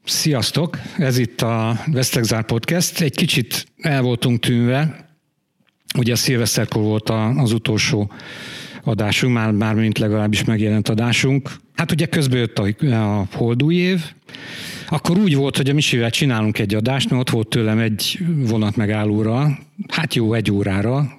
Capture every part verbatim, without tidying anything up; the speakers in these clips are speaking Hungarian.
Sziasztok! Ez itt a Vesztegzár Podcast. Egy kicsit el voltunk tűnve. Ugye a szilveszterkor volt az utolsó adásunk, már, már mint legalábbis megjelent adásunk. Hát ugye közben jött a, a holdúj év. Akkor úgy volt, hogy a Misivel csinálunk egy adást, mert ott volt tőlem egy vonat megállóra, hát jó, egy órára.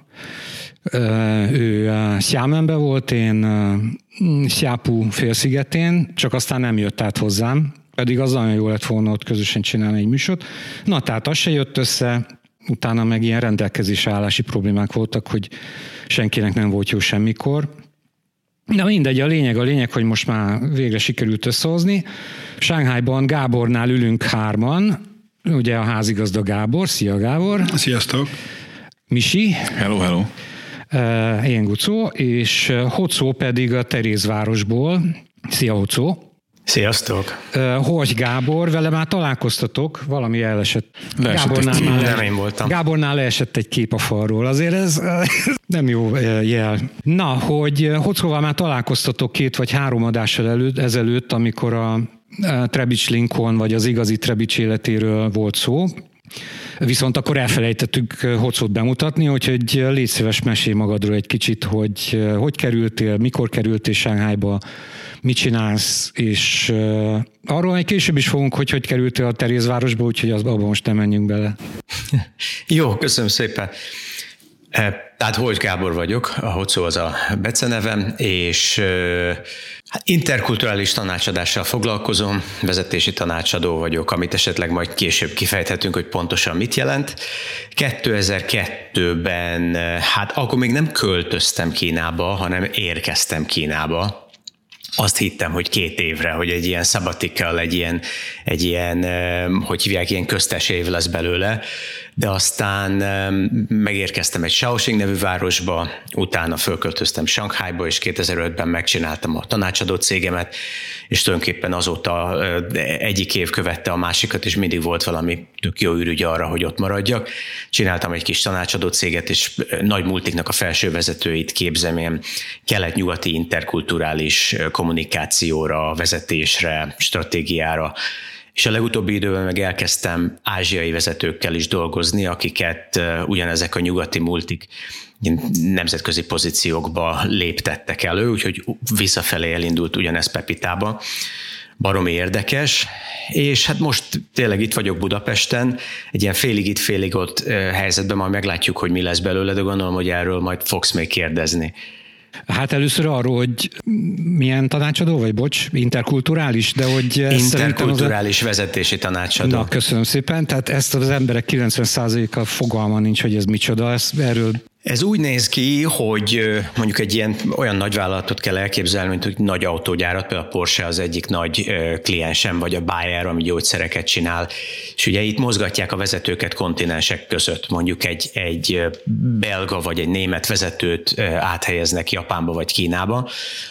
Ő Xiamenben volt, én Xiapu félszigetén, csak aztán nem jött át hozzám, pedig az nagyon jó lett volna ott közösen csinálni egy műsort. Na, tehát az se jött össze, utána meg ilyen rendelkezés állási problémák voltak, hogy senkinek nem volt jó semmikor. Na mindegy, a lényeg, a lényeg, hogy most már végre sikerült összehozni. Sánghájban Gábornál ülünk hárman, ugye a házigazda Gábor, szia Gábor! Sziasztok! Misi! Hello, hello! Én Gucó, és Hocó pedig a Terézvárosból. Szia, Hocó! Sziasztok! Horty Gábor, vele már találkoztatok, valami elesett. Leesett Gábornál, egy már nem én voltam. Gábornál leesett egy kép a falról, azért ez nem jó jel. Na, hogy Hocóval már találkoztatok két vagy három adással előtt, ezelőtt, amikor a Trebics Lincoln, vagy az igazi Trebics életéről volt szó. Viszont akkor elfelejtettük Hocót bemutatni, úgyhogy légy szíves, mesélj magadról egy kicsit, hogy hogy kerültél, mikor kerültél Sánghájba, mit csinálsz, és uh, arról egy később is fogunk, hogy hogy kerültél a Terézvárosba, úgyhogy abban most nem menjünk bele. Jó, köszönöm szépen. Tehát Horty Gábor vagyok, a Hocó az a becenevem, és hát interkulturális tanácsadással foglalkozom, vezetési tanácsadó vagyok, amit esetleg majd később kifejthetünk, hogy pontosan mit jelent. kétezer-kettőben, hát akkor még nem költöztem Kínába, hanem érkeztem Kínába. Azt hittem, hogy két évre, hogy egy ilyen sabbatical, egy ilyen, egy ilyen, hogy hívják, ilyen köztes év lesz belőle, de aztán megérkeztem egy Shaoxing nevű városba, utána fölköltöztem Sánghájba, és kétezer-ötben megcsináltam a tanácsadó cégemet, és tulajdonképpen azóta egyik év követte a másikat, és mindig volt valami tök jó ürügy arra, hogy ott maradjak. Csináltam egy kis tanácsadó céget, és nagy multiknak a felső vezetőit képzem, ilyen kelet-nyugati interkulturális kommunikációra, vezetésre, stratégiára, és a legutóbbi időben meg elkezdtem ázsiai vezetőkkel is dolgozni, akiket ugyanezek a nyugati multik nemzetközi pozíciókba léptettek elő, úgyhogy visszafelé elindult ugyanez Pepitába. Baromi érdekes, és hát most tényleg itt vagyok Budapesten, egy ilyen félig itt, félig ott helyzetben, majd meglátjuk, hogy mi lesz belőle, de gondolom, hogy erről majd fogsz még kérdezni. Hát először arról, hogy milyen tanácsadó vagy, bocs, interkulturális, de hogy... Interkulturális a... vezetési tanácsadó. Na, köszönöm szépen, tehát ezt az emberek kilencven százaléka fogalma nincs, hogy ez micsoda, ezt, erről... Ez úgy néz ki, hogy mondjuk egy ilyen olyan nagyvállalatot kell elképzelni, mint hogy nagy autógyárat, például a Porsche az egyik nagy kliensem, vagy a Bayer, ami gyógyszereket csinál, és ugye itt mozgatják a vezetőket kontinensek között, mondjuk egy, egy belga vagy egy német vezetőt áthelyeznek Japánba vagy Kínába,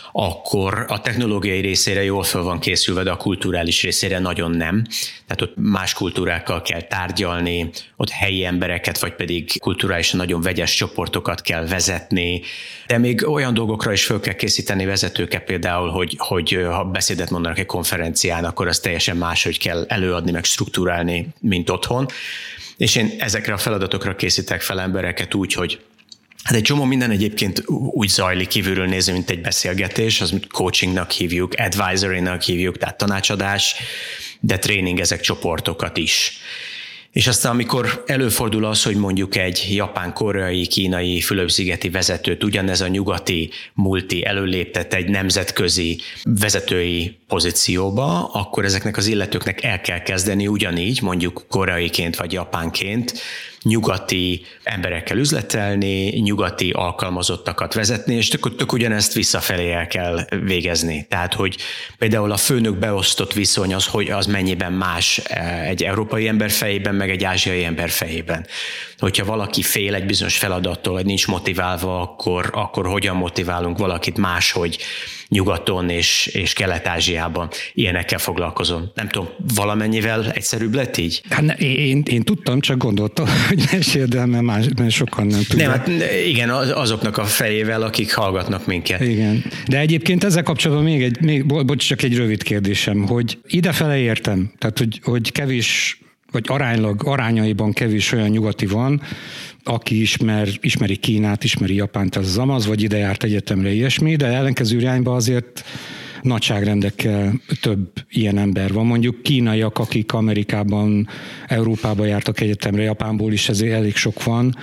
akkor a technológiai részére jól fel van készülve, de a kulturális részére nagyon nem. Tehát ott más kultúrákkal kell tárgyalni, ott helyi embereket, vagy pedig kulturálisan nagyon vegyes csoportokat kell vezetni, de még olyan dolgokra is fel kell készíteni vezetőket, például, hogy, hogy ha beszédet mondanak egy konferencián, akkor azt teljesen máshogy kell előadni, meg struktúrálni, mint otthon. És én ezekre a feladatokra készítek fel embereket úgy, hogy hát egy csomó minden egyébként úgy zajlik kívülről nézve, mint egy beszélgetés, az coachingnak hívjuk, advisorynak hívjuk, tehát tanácsadás, de tréning ezek csoportokat is. És aztán amikor előfordul az, hogy mondjuk egy japán, koreai, kínai, Fülöp-szigeti vezetőt ugyanez a nyugati multi előléptet egy nemzetközi vezetői pozícióba, akkor ezeknek az illetőknek el kell kezdeni ugyanígy, mondjuk koreaiként vagy japánként, nyugati emberekkel üzletelni, nyugati alkalmazottakat vezetni, és tök, tök ugyanezt visszafelé el kell végezni. Tehát, hogy például a főnök beosztott viszony az, hogy az mennyiben más egy európai ember fejében, meg egy ázsiai ember fejében. Hogyha valaki fél egy bizonyos feladattól, vagy nincs motiválva, akkor, akkor hogyan motiválunk valakit máshogy nyugaton és, és Kelet-Ázsiában. Ilyenekkel foglalkozom. Nem tudom, valamennyivel egyszerűbb lett így? Hát én, én tudtam, csak gondoltam, hogy meséld el, mert, más, mert sokan nem tudják. Nem, hát igen, azoknak a fejével, akik hallgatnak minket. Igen. De egyébként ezzel kapcsolatban még egy, még, bocs, csak egy rövid kérdésem, hogy idefele értem, tehát hogy, hogy kevés, vagy aránylag, arányaiban kevés olyan nyugati van, aki ismer, ismeri Kínát, ismeri Japánt, az amaz, vagy ide járt egyetemre ilyesmi, de ellenkező irányba azért nagyságrendekkel több ilyen ember van. Mondjuk kínaiak, akik Amerikában, Európában jártak egyetemre, Japánból is ezért elég sok van.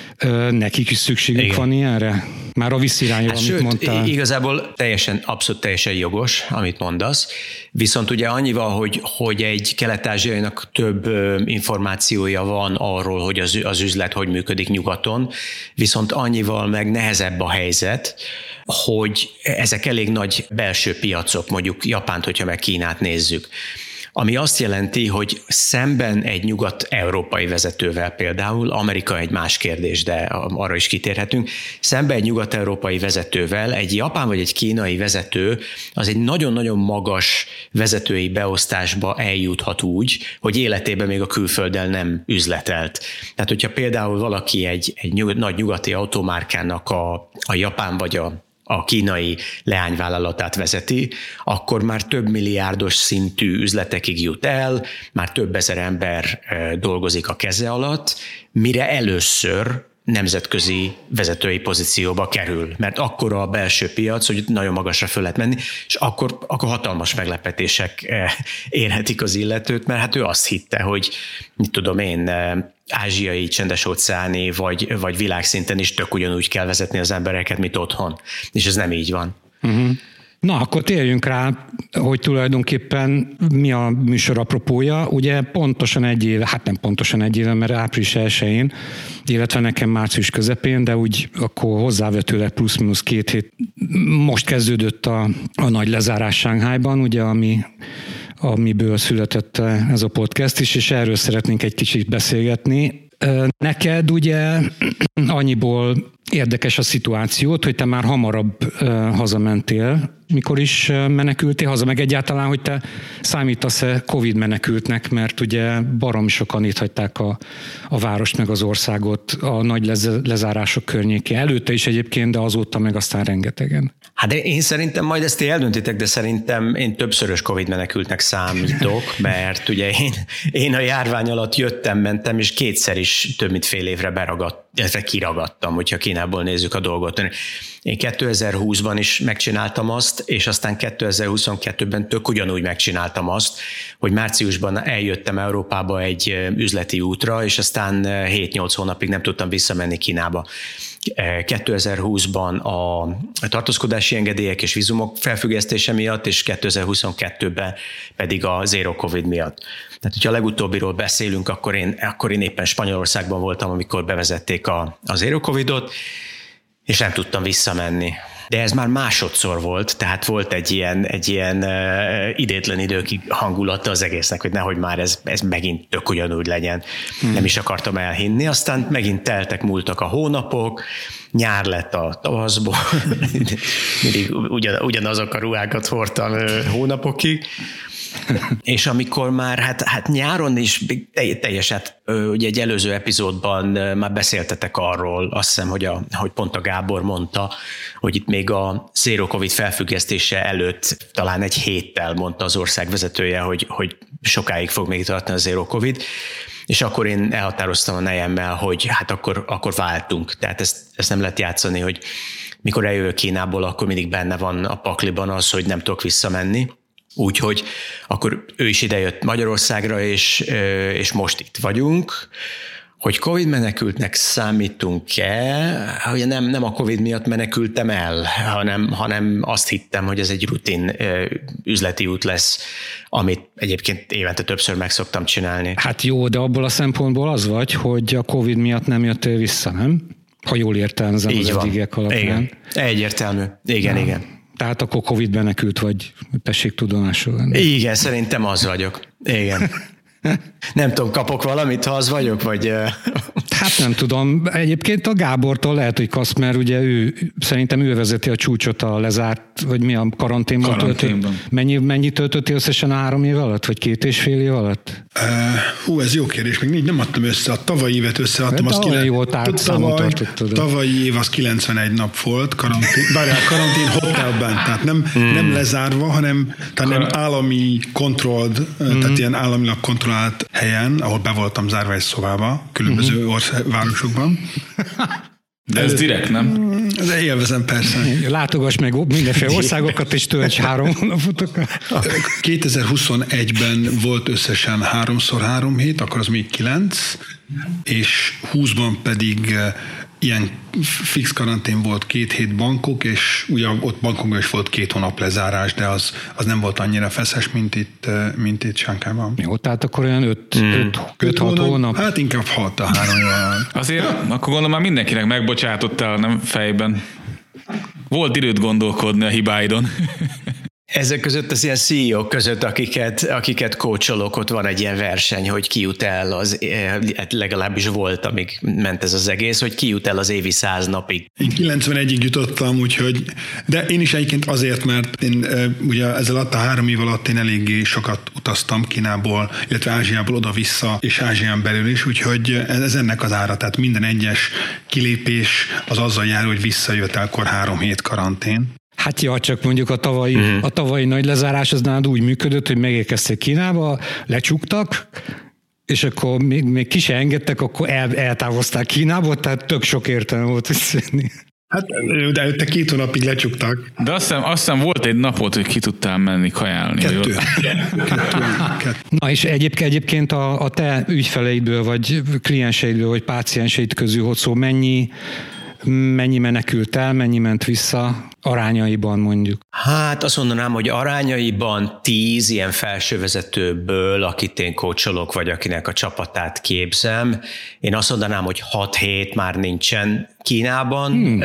Nekik is szükségük Igen. van ilyenre? Már a visszirányra, hát amit sőt, mondtál. Igazából teljesen, abszolút teljesen jogos, amit mondasz. Viszont ugye annyival, hogy, hogy egy kelet-ázsiainak több információja van arról, hogy az, az üzlet hogy működik nyugaton, viszont annyival meg nehezebb a helyzet, hogy ezek elég nagy belső piacok, mondjuk Japánt, hogyha meg Kínát nézzük. Ami azt jelenti, hogy szemben egy nyugat-európai vezetővel például, Amerika egy más kérdés, de arra is kitérhetünk, szemben egy nyugat-európai vezetővel egy japán vagy egy kínai vezető az egy nagyon-nagyon magas vezetői beosztásba eljuthat úgy, hogy életében még a külfölddel nem üzletelt. Tehát, hogyha például valaki egy, egy nyug, nagy nyugati automárkának a, a japán vagy a a kínai leányvállalatát vezeti, akkor már több milliárdos szintű üzletekig jut el, már több ezer ember dolgozik a keze alatt, mire először nemzetközi vezetői pozícióba kerül. Mert akkor a belső piac, hogy nagyon magasra föl lehet menni, és akkor, akkor hatalmas meglepetések érhetik az illetőt, mert hát ő azt hitte, hogy mit tudom én, ázsiai, csendes-óceáni vagy, vagy világszinten is tök ugyanúgy kell vezetni az embereket, mint otthon. És ez nem így van. Uh-huh. Na, akkor térjünk rá, hogy tulajdonképpen mi a műsor apropója. Ugye pontosan egy éve, hát nem pontosan egy éve, mert április elsején, illetve nekem március közepén, de úgy akkor hozzávetőleg plusz-minusz két hét most kezdődött a, a nagy lezárás Sánghájban, ugye, ami amiből született ez a podcast is, és erről szeretnénk egy kicsit beszélgetni. Neked ugye annyiból érdekes a szituációt, hogy te már hamarabb hazamentél. Mikor is menekültél haza, meg egyáltalán, hogy te számítasz-e Covid menekültnek, mert ugye baromi sokan itt hagyták a, a várost meg az országot a nagy lez, lezárások környékén. Előtte is egyébként, de azóta meg aztán rengetegen. Hát én szerintem majd ezt eldöntitek, de szerintem én többszörös Covid menekültnek számítok, mert ugye én, én a járvány alatt jöttem, mentem, és kétszer is több mint fél évre beragadt, illetve kiragadtam, hogyha Kínából nézzük a dolgot. Én kétezer-húszban is megcsináltam azt, és aztán kétezer-huszonkettőben tök ugyanúgy megcsináltam azt, hogy márciusban eljöttem Európába egy üzleti útra, és aztán hét-nyolc hónapig nem tudtam visszamenni Kínába. kétezer-húszban a tartózkodási engedélyek és vízumok felfüggesztése miatt, és kétezer-huszonkettőben pedig a Zero Covid miatt. Tehát, hogyha a legutóbbiról beszélünk, akkor én, akkor én éppen Spanyolországban voltam, amikor bevezették a, a Zero Covidot, és nem tudtam visszamenni. De ez már másodszor volt, tehát volt egy ilyen, egy ilyen uh, idétlen időkig hangulata az egésznek, hogy nehogy már ez, ez megint tök ugyanúgy legyen. Hmm. Nem is akartam elhinni, aztán megint teltek, múltak a hónapok, nyár lett a tavaszból, mindig ugyan, ugyanazok a ruhákat hordtam uh, hónapokig, és amikor már, hát, hát nyáron is teljesen, ugye egy előző epizódban már beszéltetek arról, azt hiszem, hogy, a, hogy pont a Gábor mondta, hogy itt még a Zero Covid felfüggesztése előtt talán egy héttel mondta az ország vezetője, hogy, hogy sokáig fog még tartani a Zero Covid, és akkor én elhatároztam a nejemmel, hogy hát akkor, akkor váltunk. Tehát ezt, ezt nem lehet játszani, hogy mikor eljövök Kínából, akkor mindig benne van a pakliban az, hogy nem tudok visszamenni. Úgyhogy akkor ő is idejött Magyarországra, és, és most itt vagyunk. Hogy Covid menekültnek számítunk-e? Ugye nem, nem a Covid miatt menekültem el, hanem, hanem azt hittem, hogy ez egy rutin üzleti út lesz, amit egyébként évente többször meg szoktam csinálni. Hát jó, de abból a szempontból az vagy, hogy a Covid miatt nem jöttél vissza, nem? Ha jól értelmezem az eddigiek alapján. Igen. Egyértelmű. Igen, ja. igen. Tehát akkor Covid menekült vagy, tessék tudomásul venni. Igen, szerintem az vagyok. Igen. Nem tudom, kapok valamit, ha az vagyok, vagy... Hát nem tudom. Egyébként a Gábortól lehet, hogy kasz, mert ugye ő, szerintem ő vezeti a csúcsot a lezárt, vagy mi a karanténban, karanténban. töltött. Mennyi, mennyi töltötti összesen a három év alatt, vagy két és fél év alatt? Uh, hú, ez jó kérdés, még nem adtam össze. A tavalyi évet összeadtam. Az tavalyi volt át, számon tartottad. Tavalyi év az kilencvenegy nap volt, karantén, bárjál, karantén hotelben, tehát nem, hmm. nem lezárva, hanem, tehát nem állami kontrolld, hmm. tehát ilyen államilag kontrollált helyen, ahol be voltam zárva egy szobába, különböző hmm. országvárosokban. De ez direkt, nem? De élvezem, persze. Látogass meg mindenféle országokat, és tölts három hónapot. kétezer-huszonegyben volt összesen háromszor három hét, akkor az még kilenc, és húszban pedig ilyen fix karantén volt két hét Bangkok, és ugye ott Bangkokban is volt két hónap lezárás, de az, az nem volt annyira feszes, mint itt, mint itt Sánkhájban. Jó, tehát akkor olyan öt-hat hónap. hónap. Hát inkább hat a három hónap. Azért akkor gondolom már mindenkinek megbocsátottál, nem fejben. Volt időt gondolkodni a hibáidon. Ezek között az ilyen cé e ó között, akiket, akiket coacholok, ott van egy ilyen verseny, hogy ki jut el, az, legalábbis volt, amíg ment ez az egész, hogy ki jut el az évi száz napig. Én kilencvenegyig jutottam, úgyhogy, de én is egyébként azért, mert én ugye ezzel alatt a három év alatt én eléggé sokat utaztam Kínából, illetve Ázsiából oda-vissza, és Ázsián belül is, úgyhogy ez ennek az ára, tehát minden egyes kilépés az azzal jár, hogy visszajövetelkor három hét karantén. Hát ja, csak mondjuk a tavalyi, mm. a tavalyi nagy lezárás az nálad úgy működött, hogy megérkeztek Kínába, lecsuktak, és akkor még, még ki se engedtek, akkor el, eltávozták Kínából, tehát tök sok értelme volt visszajönni. Hát, de előtte két hónapig lecsuktak. De azt hiszem, azt hiszem volt egy napot, hogy ki tudtál menni kajálni. Kettő. Kettő. Kettő. Na és egyébként, egyébként a, a te ügyfeleidből, vagy klienseidből, vagy pácienseid közül, hogy szó mennyi, mennyi menekült el, mennyi ment vissza arányaiban mondjuk? Hát azt mondanám, hogy arányaiban tíz ilyen felsővezetőből, akit én coacholok, vagy akinek a csapatát képzem, én azt mondanám, hogy hat-hét már nincsen Kínában. Hmm.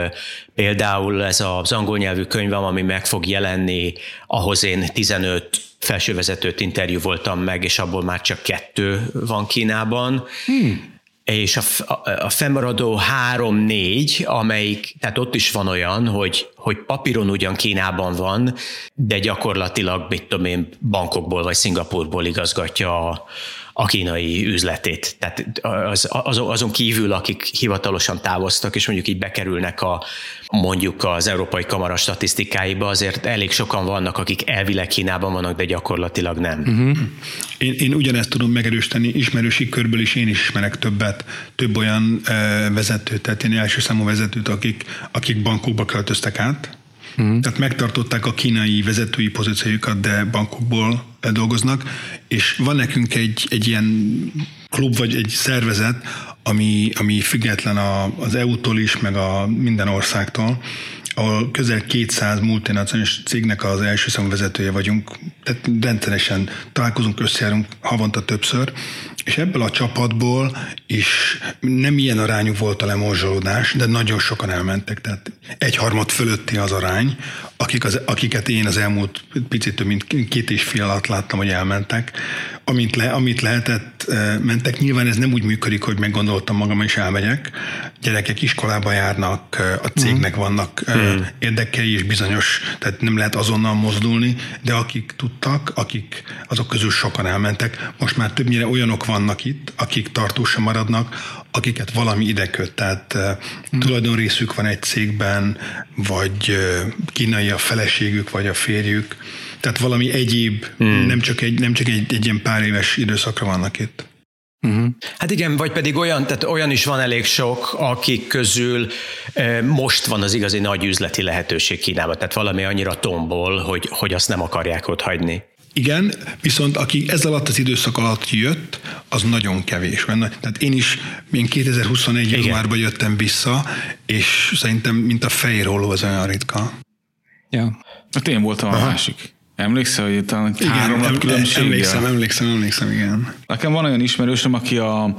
Például ez az angol nyelvű könyvem, ami meg fog jelenni, ahhoz én tizenöt felsővezetőt interjú voltam meg, és abból már csak kettő van Kínában. Hmm. És a, a, a fennmaradó három-négy, amelyik, tehát ott is van olyan, hogy, hogy papíron ugyan Kínában van, de gyakorlatilag, mit tudom én, Bangkokból vagy Szingapurból igazgatja a, a kínai üzletét. Tehát az, az, azon kívül, akik hivatalosan távoztak, és mondjuk így bekerülnek a, mondjuk az Európai Kamara statisztikáiba, azért elég sokan vannak, akik elvileg Kínában vannak, de gyakorlatilag nem. Uh-huh. Én, én ugyanezt tudom megerősíteni, ismerősi körből is én is ismerek többet, több olyan uh, vezetőt, tehát én első számú vezetőt, akik, akik Bangkokba költöztek át. Uh-huh. Tehát megtartották a kínai vezetői pozíciójukat, de Bangkokból dolgoznak, és van nekünk egy, egy ilyen klub, vagy egy szervezet, ami, ami független a, az é u-tól is, meg a minden országtól, ahol közel kétszáz multinacionális cégnek az első számú vezetője vagyunk, tehát rendszeresen találkozunk, összejárunk havonta többször, és ebből a csapatból is nem ilyen arányú volt a lemorzsolódás, de nagyon sokan elmentek, tehát egyharmad fölötti az arány, akik az, akiket én az elmúlt picit több mint két és fél alatt láttam, hogy elmentek. Amit, le, amit lehetett, mentek. Nyilván ez nem úgy működik, hogy meggondoltam magam és elmegyek. Gyerekek iskolába járnak, a cégnek vannak hmm. érdekei és bizonyos, tehát nem lehet azonnal mozdulni, de akik tudtak, akik azok közül sokan elmentek. Most már többnyire olyanok vannak itt, akik tartósan maradnak, akiket valami ide köt, tehát hmm. tulajdonrészük van egy cégben, vagy kínai a feleségük, vagy a férjük, tehát valami egyéb, hmm. nem csak, egy, nem csak egy, egy ilyen pár éves időszakra vannak itt. Uh-huh. Hát igen, vagy pedig olyan, tehát olyan is van elég sok, akik közül e, most van az igazi nagy üzleti lehetőség Kínában, tehát valami annyira tombol, hogy, hogy azt nem akarják ott hagyni. Igen, viszont aki ez alatt az időszak alatt jött, az nagyon kevés. Tehát én is, én kétezer-huszonegy januárban jöttem vissza, és szerintem mint a fehér holló az olyan ritka. Ja. Hát én voltam Aha. a másik. Emlékszel, hogy talán igen, három nap különbséggel? Emlékszem, emlékszem, emlékszem, igen. Nekem van olyan ismerősöm, aki a,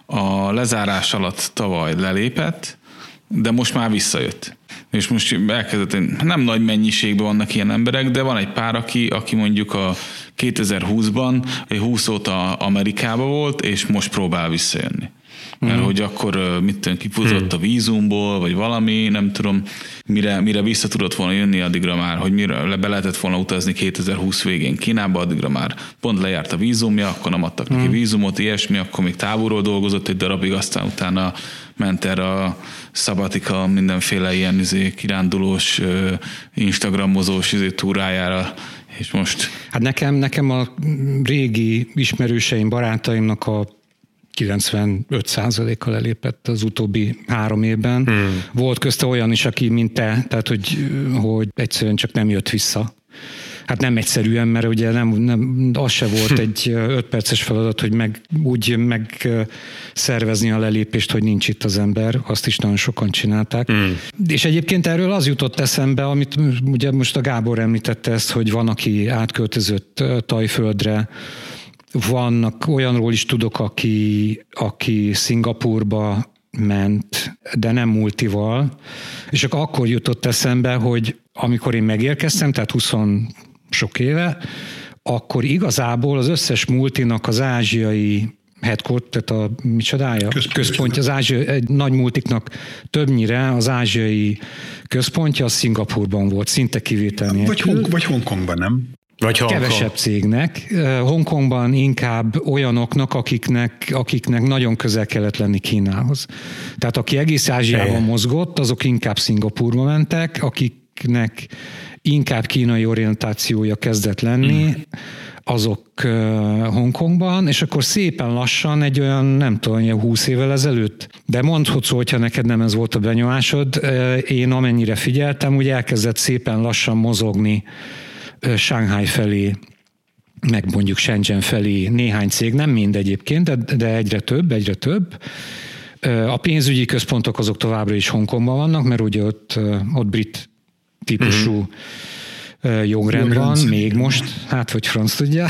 a lezárás alatt tavaly lelépett, de most már visszajött. És most elkezdett, nem nagy mennyiségben vannak ilyen emberek, de van egy pár, aki, aki mondjuk a kétezer-húszban, húsz óta Amerikába volt, és most próbál visszajönni. Mert mm. hogy akkor mit tudom, kifutott mm. a vízumból, vagy valami, nem tudom, mire, mire vissza tudott volna jönni, addigra már, hogy mire be lehetett volna utazni kétezer-húsz végén Kínába, addigra már pont lejárt a vízumja, akkor nem adtak mm. neki vízumot, ilyesmi, akkor még távolról dolgozott egy darabig, aztán utána ment erre a szabatika, mindenféle ilyen izé, kirándulós, instagramozós izé, túrájára, és most... Hát nekem, nekem a régi ismerőseim, barátaimnak a kilencvenöt százalékkal elépett az utóbbi három évben. Hmm. Volt közte olyan is, aki, mint te, tehát hogy, hogy egyszerűen csak nem jött vissza. Hát nem egyszerűen, mert ugye nem, nem, az se volt egy öt perces feladat, hogy meg, úgy megszervezni a lelépést, hogy nincs itt az ember. Azt is nagyon sokan csinálták. Hmm. És egyébként erről az jutott eszembe, amit ugye most a Gábor említette ezt, hogy van, aki átköltözött Tajföldre. Vannak, olyanról is tudok, aki, aki Szingapúrba ment, de nem multival, és akkor jutott eszembe, hogy amikor én megérkeztem, tehát húsz sok éve, akkor igazából az összes multinak az ázsiai headquarter, tehát a micsodája? Központ, központja, az ázsiai, egy nagy multiknak többnyire az ázsiai központja az Szingapúrban volt, szinte kivétel nélkül. Vagy, Hong, vagy Hongkongban, nem? Vagy kevesebb cégnek. Hongkongban inkább olyanoknak, akiknek, akiknek nagyon közel kellett lenni Kínához. Tehát aki egész Ázsiában mozgott, azok inkább Szingapúrba mentek, akiknek inkább kínai orientációja kezdett lenni, mm. azok Hongkongban, és akkor szépen lassan egy olyan, nem tudom, húsz évvel ezelőtt, de mondhatsz, hogyha neked nem ez volt a benyomásod, én amennyire figyeltem, úgy elkezdett szépen lassan mozogni Shanghai felé, meg mondjuk Shenzhen felé néhány cég, nem mind egyébként, de, de egyre több, egyre több. A pénzügyi központok azok továbbra is Hongkongban vannak, mert ugye ott, ott brit típusú uh-huh. jogrend van, még most, hát hogy franc tudja.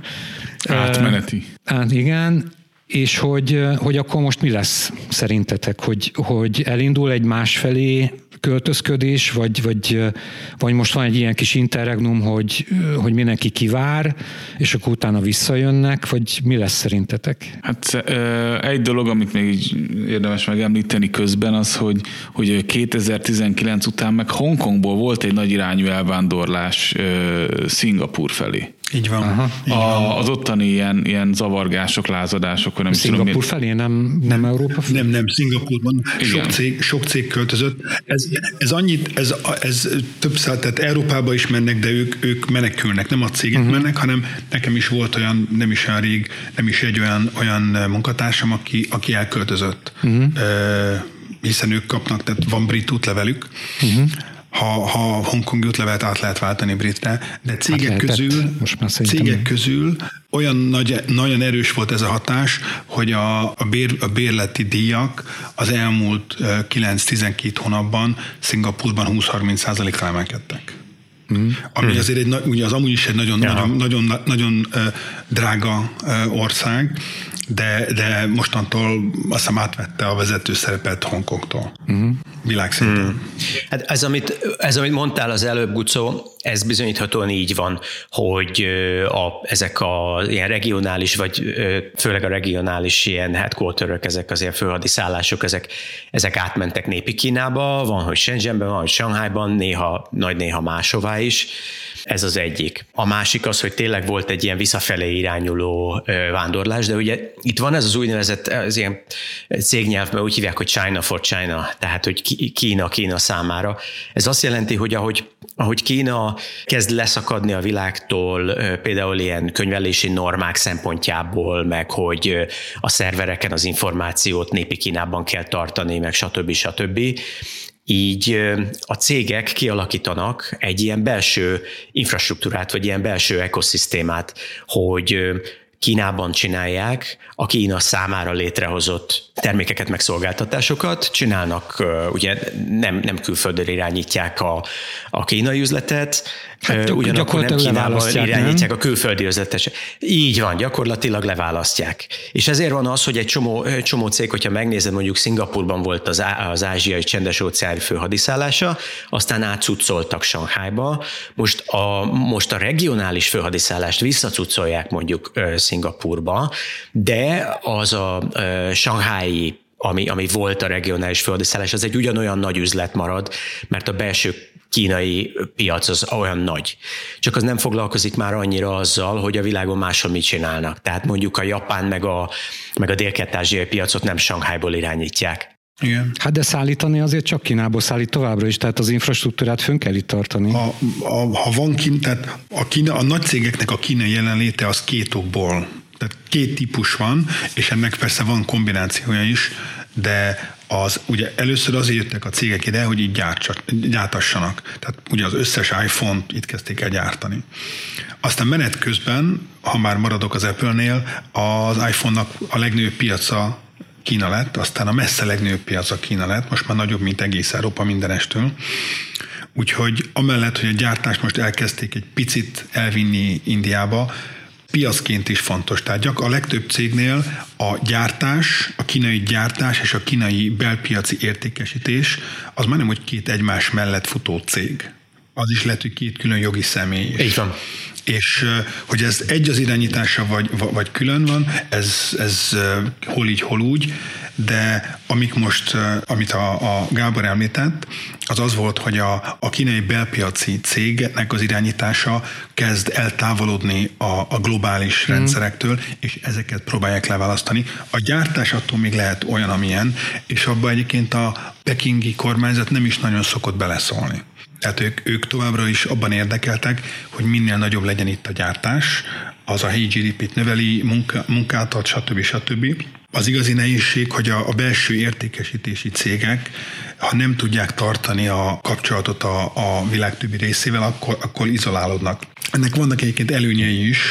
Átmeneti. Hát igen, és hogy, hogy akkor most mi lesz szerintetek, hogy, hogy elindul egy másfelé költözködés, vagy, vagy, vagy most van egy ilyen kis interregnum, hogy, hogy mindenki kivár, és akkor utána visszajönnek, vagy mi lesz szerintetek? Hát egy dolog, amit még így érdemes megemlíteni közben, az, hogy, hogy kétezer-tizenkilenc után meg Hongkongból volt egy nagy irányú elvándorlás Szingapúr felé. Így van. Aha, így a, van. Az ottani ilyen, ilyen zavargások, lázadások. Nem Szingapúr tudom, felé, nem, nem Európa felé? Nem, nem, Szingapúrban sok cég, sok cég költözött. Ez, ez annyit, ez, ez több száz, tehát Európába is mennek, de ők, ők menekülnek, nem a cégek uh-huh. mennek, hanem nekem is volt olyan, nem is olyan rég, nem is egy olyan, olyan munkatársam, aki, aki elköltözött. Uh-huh. Uh, hiszen ők kapnak, tehát van brit útlevelük. Uh-huh. Ha, ha hongkongi útlevelet át lehet váltani britre, de cégek hát közül, cégek közül olyan nagy, nagyon erős volt ez a hatás, hogy a, a, bér, a bérleti díjak az elmúlt kilenc-tizenkét hónapban Szingapúrban húsz-harminc százalékra emelkedtek. Mm. Ami mm. azért egy, ugye az amúgy is egy nagyon, ja. nagyon, nagyon, nagyon drága ország, de, de mostantól azt hiszem átvette a vezető szerepet Hongkongtól. Mm. Világszinten. Mm. Hát ez amit, ez, amit mondtál az előbb, Gucó, ez bizonyíthatóan így van, hogy a, ezek a ilyen regionális, vagy főleg a regionális ilyen headquarterök, ezek az ilyen főhadiszállások, ezek, ezek átmentek népi Kínába, van, hogy Shenzhenben, van, hogy Shanghaiban, néha, nagy néha máshová is. Ez az egyik. A másik az, hogy tényleg volt egy ilyen visszafelé irányuló vándorlás, de ugye itt van ez az úgynevezett, az ilyen cégnyelvben úgy hívják, hogy China for China, tehát hogy Kína Kína számára. Ez azt jelenti, hogy ahogy, ahogy Kína kezd leszakadni a világtól, például ilyen könyvelési normák szempontjából, meg hogy a szervereken az információt népi Kínában kell tartani, meg stb. stb. Így a cégek kialakítanak egy ilyen belső infrastruktúrát, vagy ilyen belső ekoszisztémát, hogy Kínában csinálják a Kína számára létrehozott termékeket, meg szolgáltatásokat, csinálnak, ugye nem, nem külföldre irányítják a, a kínai üzletet, Hát, ugyanakkor nem Kínával irányítják nem? a külföldi üzletesek. Így van, gyakorlatilag leválasztják. És ezért van az, hogy egy csomó, csomó cég, hogyha megnézed, mondjuk Szingapurban volt az, az ázsiai csendes-óceáni főhadiszállása, aztán átcuccoltak Sanghajba, most a, most a regionális főhadiszállást visszacuccolják mondjuk uh, Szingapurba, de az a uh, shanghái, ami, ami volt a regionális főhadiszállás, az egy ugyanolyan nagy üzlet marad, mert a belső kínai piac az olyan nagy. Csak az nem foglalkozik már annyira azzal, hogy a világon máshol mit csinálnak. Tehát mondjuk a japán meg a, meg a dél-kelet-ázsiai piacot nem Sanghajból irányítják. Igen. Hát de szállítani azért csak Kínából szállít továbbra is, tehát az infrastruktúrát fönn kell itt tartani. A, a, ha van Kína, tehát a, Kína, a nagy cégeknek a kínai jelenléte az két okból. Tehát két típus van, és ennek persze van kombinációja is, de az, ugye először azért jöttek a cégek ide, hogy így gyártassanak. Tehát ugye az összes iPhone-t itt kezdték el gyártani. Aztán menet közben, ha már maradok az Apple-nél, az iPhone-nak a legnagyobb piaca Kína lett, aztán a messze legnagyobb piaca Kína lett, most már nagyobb, mint egész Európa mindenestől. Úgyhogy amellett, hogy a gyártást most elkezdték egy picit elvinni Indiába, piacként is fontos. Tehát gyak a legtöbb cégnél a gyártás, a kínai gyártás és a kínai belpiaci értékesítés az már nem, hogy két egymás mellett futó cég. Az is lehet, hogy két külön jogi személy. Így van. És hogy ez egy az irányítása, vagy, vagy külön van, ez, ez hol így, hol úgy, de amik most, amit a, a Gábor említett, az az volt, hogy a, a kínai belpiaci cégnek az irányítása kezd eltávolodni a, a globális mm. rendszerektől, és ezeket próbálják leválasztani. A gyártás attól még lehet olyan, amilyen, és abban egyébként a pekingi kormányzat nem is nagyon szokott beleszólni. Tehát ők, ők továbbra is abban érdekeltek, hogy minél nagyobb legyen itt a gyártás, az a helyi gé dé pét növeli, munka, munkát ad, stb. stb. Az igazi nehézség, hogy a, a belső értékesítési cégek, ha nem tudják tartani a kapcsolatot a, a világ többi részével, akkor, akkor izolálódnak. Ennek vannak egyébként előnyei is,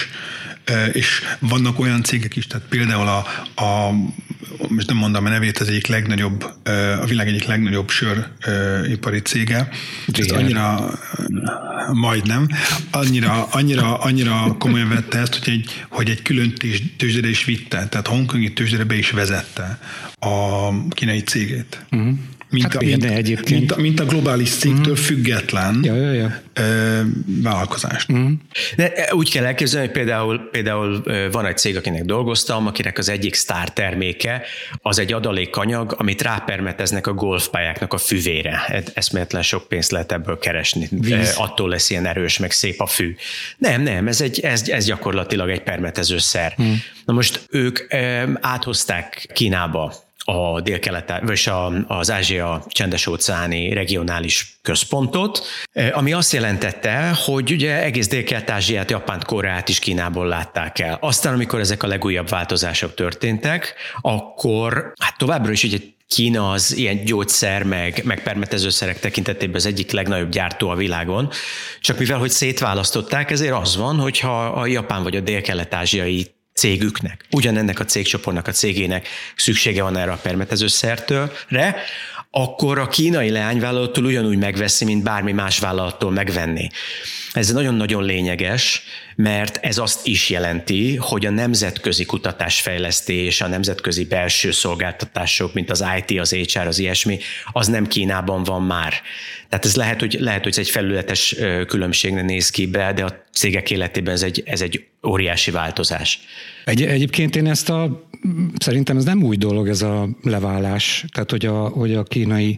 és vannak olyan cégek is, tehát például a, a most nem mondom a nevét, az egyik legnagyobb, a világ egyik legnagyobb söripari cége. Ez annyira, majdnem, annyira, annyira, annyira komolyan vette ezt, hogy egy, hogy egy külön tőzsdére is vitte, tehát hongkongi tőzsdére be is vezette a kínai cégét. Uh-huh. Mint, hát a, mint, egyébként. Mint, a, mint a globális cégtől mm. független ja, ja, ja. Ö, vállalkozást. Mm. De úgy kell elképzelni, hogy például, például van egy cég, akinek dolgoztam, akinek az egyik sztár terméke az egy adalékanyag, amit rápermeteznek a golfpályáknak a füvére. Eszméletlen sok pénzt lehet ebből keresni. Víz. Attól lesz ilyen erős, meg szép a fű. Nem, nem, ez, egy, ez, ez gyakorlatilag egy permetező szer. Mm. Na most ők áthozták Kínába a dél-kelet, vagy az Ázsia csendes-óceáni regionális központot, ami azt jelentette, hogy ugye egész Dél-Kelet-Ázsiát, Japánt, Koreát is Kínából látták el. Aztán, amikor ezek a legújabb változások történtek, akkor hát továbbra is ugye Kína az ilyen gyógyszer, meg, meg permetezőszerek tekintetében az egyik legnagyobb gyártó a világon, csak mivel, hogy szétválasztották, ezért az van, hogyha a japán vagy a dél-kelet-ázsiai cégüknek, ugyanennek a cégcsoportnak, a cégének szüksége van erre a permetezőszerre, akkor a kínai leányvállalattól ugyanúgy megveszi, mint bármi más vállalattól megvenni. Ez nagyon-nagyon lényeges, mert ez azt is jelenti, hogy a nemzetközi kutatásfejlesztés, a nemzetközi belső szolgáltatások, mint az i té, az há er, az ilyesmi, az nem Kínában van már. Tehát ez lehet, hogy, lehet, hogy ez egy felületes különbségnek néz ki be, de a cégek életében ez egy, ez egy óriási változás. Egy, egyébként én ezt a, szerintem ez nem új dolog ez a leválás, tehát hogy a, hogy a kínai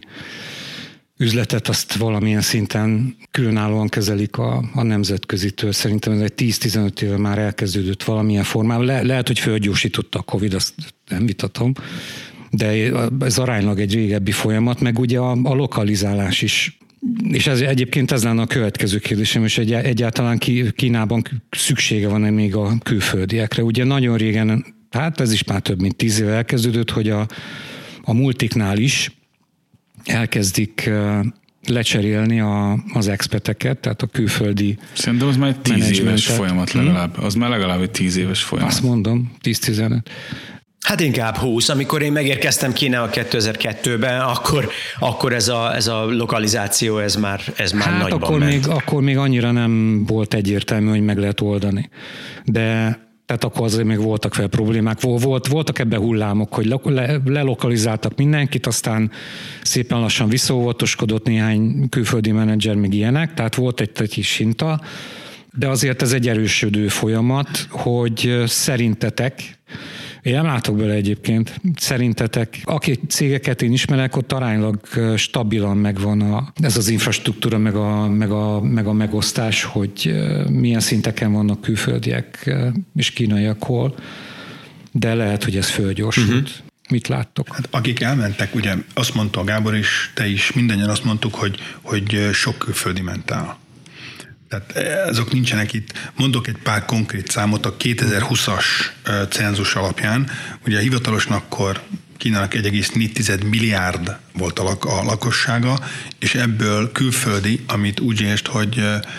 üzletet azt valamilyen szinten különállóan kezelik a, a nemzetközitől. Szerintem ez egy tíz-tizenöt éve már elkezdődött valamilyen formában. Le, lehet, hogy fölgyorsította a Covid, azt nem vitatom, de ez aránylag egy régebbi folyamat, meg ugye a, a lokalizálás is. És ez, egyébként ez lenne a következő kérdésem, és egy, egyáltalán Kínában szüksége van-e még a külföldiekre. Ugye nagyon régen, hát ez is már több mint tíz éve elkezdődött, hogy a, a multiknál is elkezdik lecserélni a, az expeteket, tehát a külföldi Szerintem az már egy tíz éves folyamat legalább. Az már legalább egy tíz éves folyamat. Azt mondom, tíz-tizenöt. Hát inkább húsz. Amikor én megérkeztem Kínába kétezer-kettőben, akkor, akkor ez, a, ez a lokalizáció, ez már, ez már hát nagyban akkor ment. még, akkor még annyira nem volt egyértelmű, hogy meg lehet oldani. De tehát akkor azért még voltak fel problémák. Volt, voltak ebben hullámok, hogy le, lelokalizáltak mindenkit, aztán szépen lassan visszaóvatoskodott néhány külföldi menedzser, meg ilyenek, tehát volt egy, egy kis hinta, de azért ez egy erősödő folyamat, hogy szerintetek, én nem látok bele egyébként, szerintetek, akik cégeket én ismerek, ott aránylag stabilan megvan a, ez az infrastruktúra, meg a, meg, a, meg a megosztás, hogy milyen szinteken vannak külföldiek és kínaiak hol, de lehet, hogy ez fölgyorsult. Uh-huh. Mit láttok? Hát, akik elmentek, ugye azt mondta a Gábor is, te is, mindannyian azt mondtuk, hogy, hogy sok külföldi ment el. Tehát azok nincsenek itt. Mondok egy pár konkrét számot a kétezer-húszas cenzus alapján. Ugye a hivatalosnak akkor Kínának egy egész négy milliárd volt a, lak- a lakossága, és ebből külföldi, amit úgy ért, hogy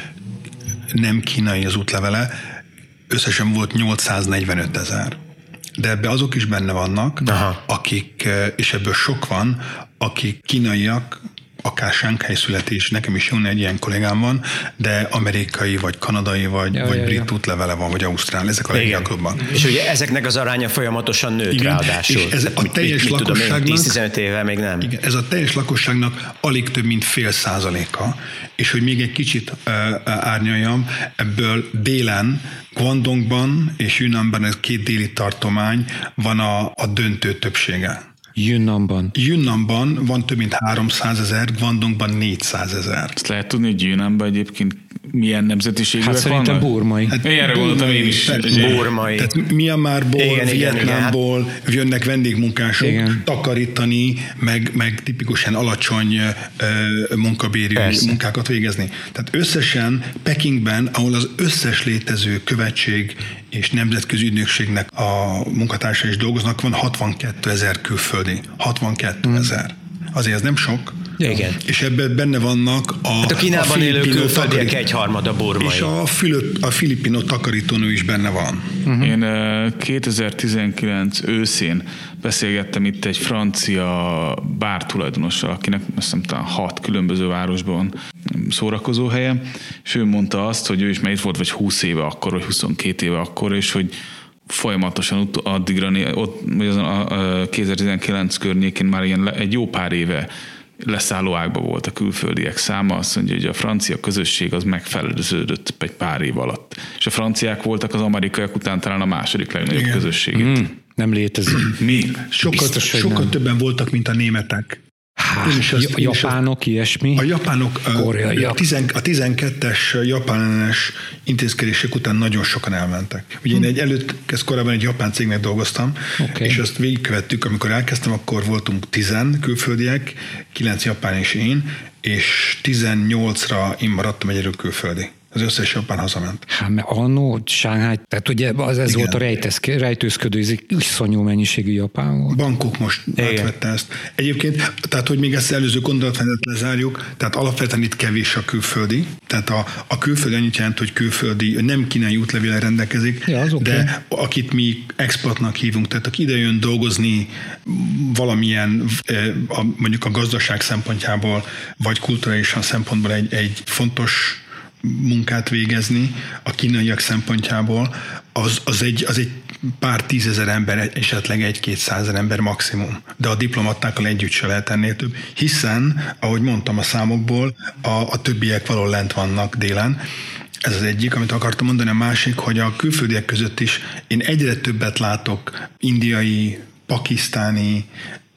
nem kínai az útlevele, összesen volt nyolcszáznegyvenöt ezer. De ebbe azok is benne vannak, aha, akik, és ebből sok van, akik kínaiak, akár Shanghai születés, nekem is jön egy ilyen kollégám van, de amerikai, vagy kanadai, vagy, ja, vagy ja, brit ja. útlevele van, vagy ausztrál, ezek a leggyakrabban. És ugye ezeknek az aránya folyamatosan nőtt, igen, ráadásul. És ez a teljes mit, mit lakosságnak, tíz-tizenöt éve még nem. Igen, ez a teljes lakosságnak alig több, mint fél százaléka, és hogy még egy kicsit uh, árnyaljam, ebből délen, Guangdongban és Yunnanban, ez két déli tartomány, van a, a döntő többsége. Yunnanban. Yunnanban van több mint háromszázezer, Guangdongban négyszázezer. Ezt lehet tudni, hogy Yunnanban egyébként milyen nemzetiségűek vannak? Hát szerintem burmai. Hát erre gondoltam én is. Burmai. Tehát Myanmarból, Vietnámból jönnek vendégmunkások igen. takarítani, meg, meg tipikusan alacsony uh, munkabérű persze. munkákat végezni. Tehát összesen Pekingben, ahol az összes létező követség és nemzetközi ügynökségnek a munkatársai is dolgoznak, van hatvankettezer külföldi. hatvankettezer. Azért ez nem sok. Igen. És ebben benne vannak a, hát a Kínában a élő külföldiek egyharmada burmai. És a, Fülöp, a filipino takarítónő is benne van. Uh-huh. Én kétezer-tizenkilenc őszén beszélgettem itt egy francia bártulajdonossal, akinek azt hiszem talán hat különböző városban szórakozó helye, és ő mondta azt, hogy ő is mert itt volt vagy húsz éve akkor, vagy huszonkét éve akkor, és hogy folyamatosan addigra, ott, vagy azon a kétezer-tizenkilenc környékén már ilyen egy jó pár éve leszállóágban volt a külföldiek száma, azt mondja, hogy a francia közösség az megfeleződött egy pár év alatt. És a franciák voltak az amerikaiak után talán a második legnagyobb igen. közösség. Mm, nem létezik. Még? Sokat, biztos, sokkal nem. többen voltak, mint a németek. Hát, azt, japánok, azt, ilyesmi? A japánok, Korea, a, tizen, a tizenkettes japánes intézkedések után nagyon sokan elmentek. Ugye hm. én egy előtt, ez korábban egy japán cégnek dolgoztam, okay. és azt végigkövettük, amikor elkezdtem, akkor voltunk tizen külföldiek, kilenc japán és én, és tizennyolcra én maradtam egyedül külföldi. Az összes japán hazament. Hát mert annó, Shanghai, tehát ugye az, ez igen. volt a rejtezke, rejtőzködő, ez iszonyú mennyiségű japán volt. Bangkok most igen. átvette ezt. Egyébként, tehát hogy még ezt előző gondolatmenetet lezárjuk, tehát alapvetően itt kevés a külföldi, tehát a, a külföldi annyit jelent, hogy külföldi, nem kínai útlevéllel rendelkezik, ja, de okay. akit mi exportnak hívunk, tehát aki ide jön dolgozni valamilyen, mondjuk a gazdaság szempontjából, vagy kulturálisan szempontból egy, egy fontos munkát végezni a kínaiak szempontjából, az, az, egy, az egy pár tízezer ember, esetleg egy-kétszázer ember maximum. De a diplomatákkal együtt se lehet ennél több, hiszen, ahogy mondtam a számokból, a, a többiek valahol lent vannak délen. Ez az egyik, amit akartam mondani, a másik, hogy a külföldiek között is én egyre többet látok indiai, pakisztáni,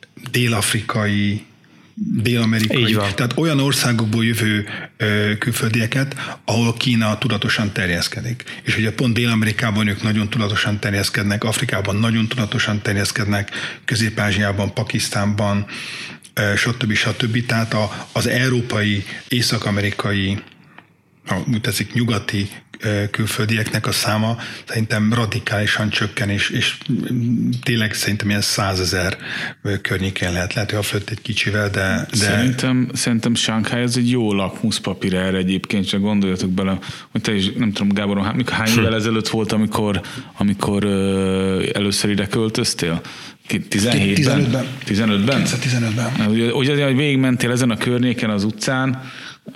dél-afrikai, dél-amerikai, tehát olyan országokból jövő ö, külföldieket, ahol Kína tudatosan terjeszkedik. És ugye pont Dél-Amerikában ők nagyon tudatosan terjeszkednek, Afrikában nagyon tudatosan terjeszkednek, Közép-Ázsiában, Pakisztánban, ö, stb. stb. Tehát a, az európai, észak-amerikai, úgy tetszik, nyugati külföldieknek a száma szerintem radikálisan csökken, és, és tényleg szerintem ilyen százezer környékén lehet. Lehet, hogy a fölött egy kicsivel, de... de... Szerintem, szerintem Shanghai az egy jó lakmuszpapír erre egyébként, csak gondoljatok bele, hogy te is, nem tudom, Gábor, hány évvel ezelőtt volt, amikor, amikor először ide költöztél? tizenhétben? tizenötben. tizenötben? kétezer-tizenötben. Ugye, ugye, hogy végigmentél ezen a környéken az utcán,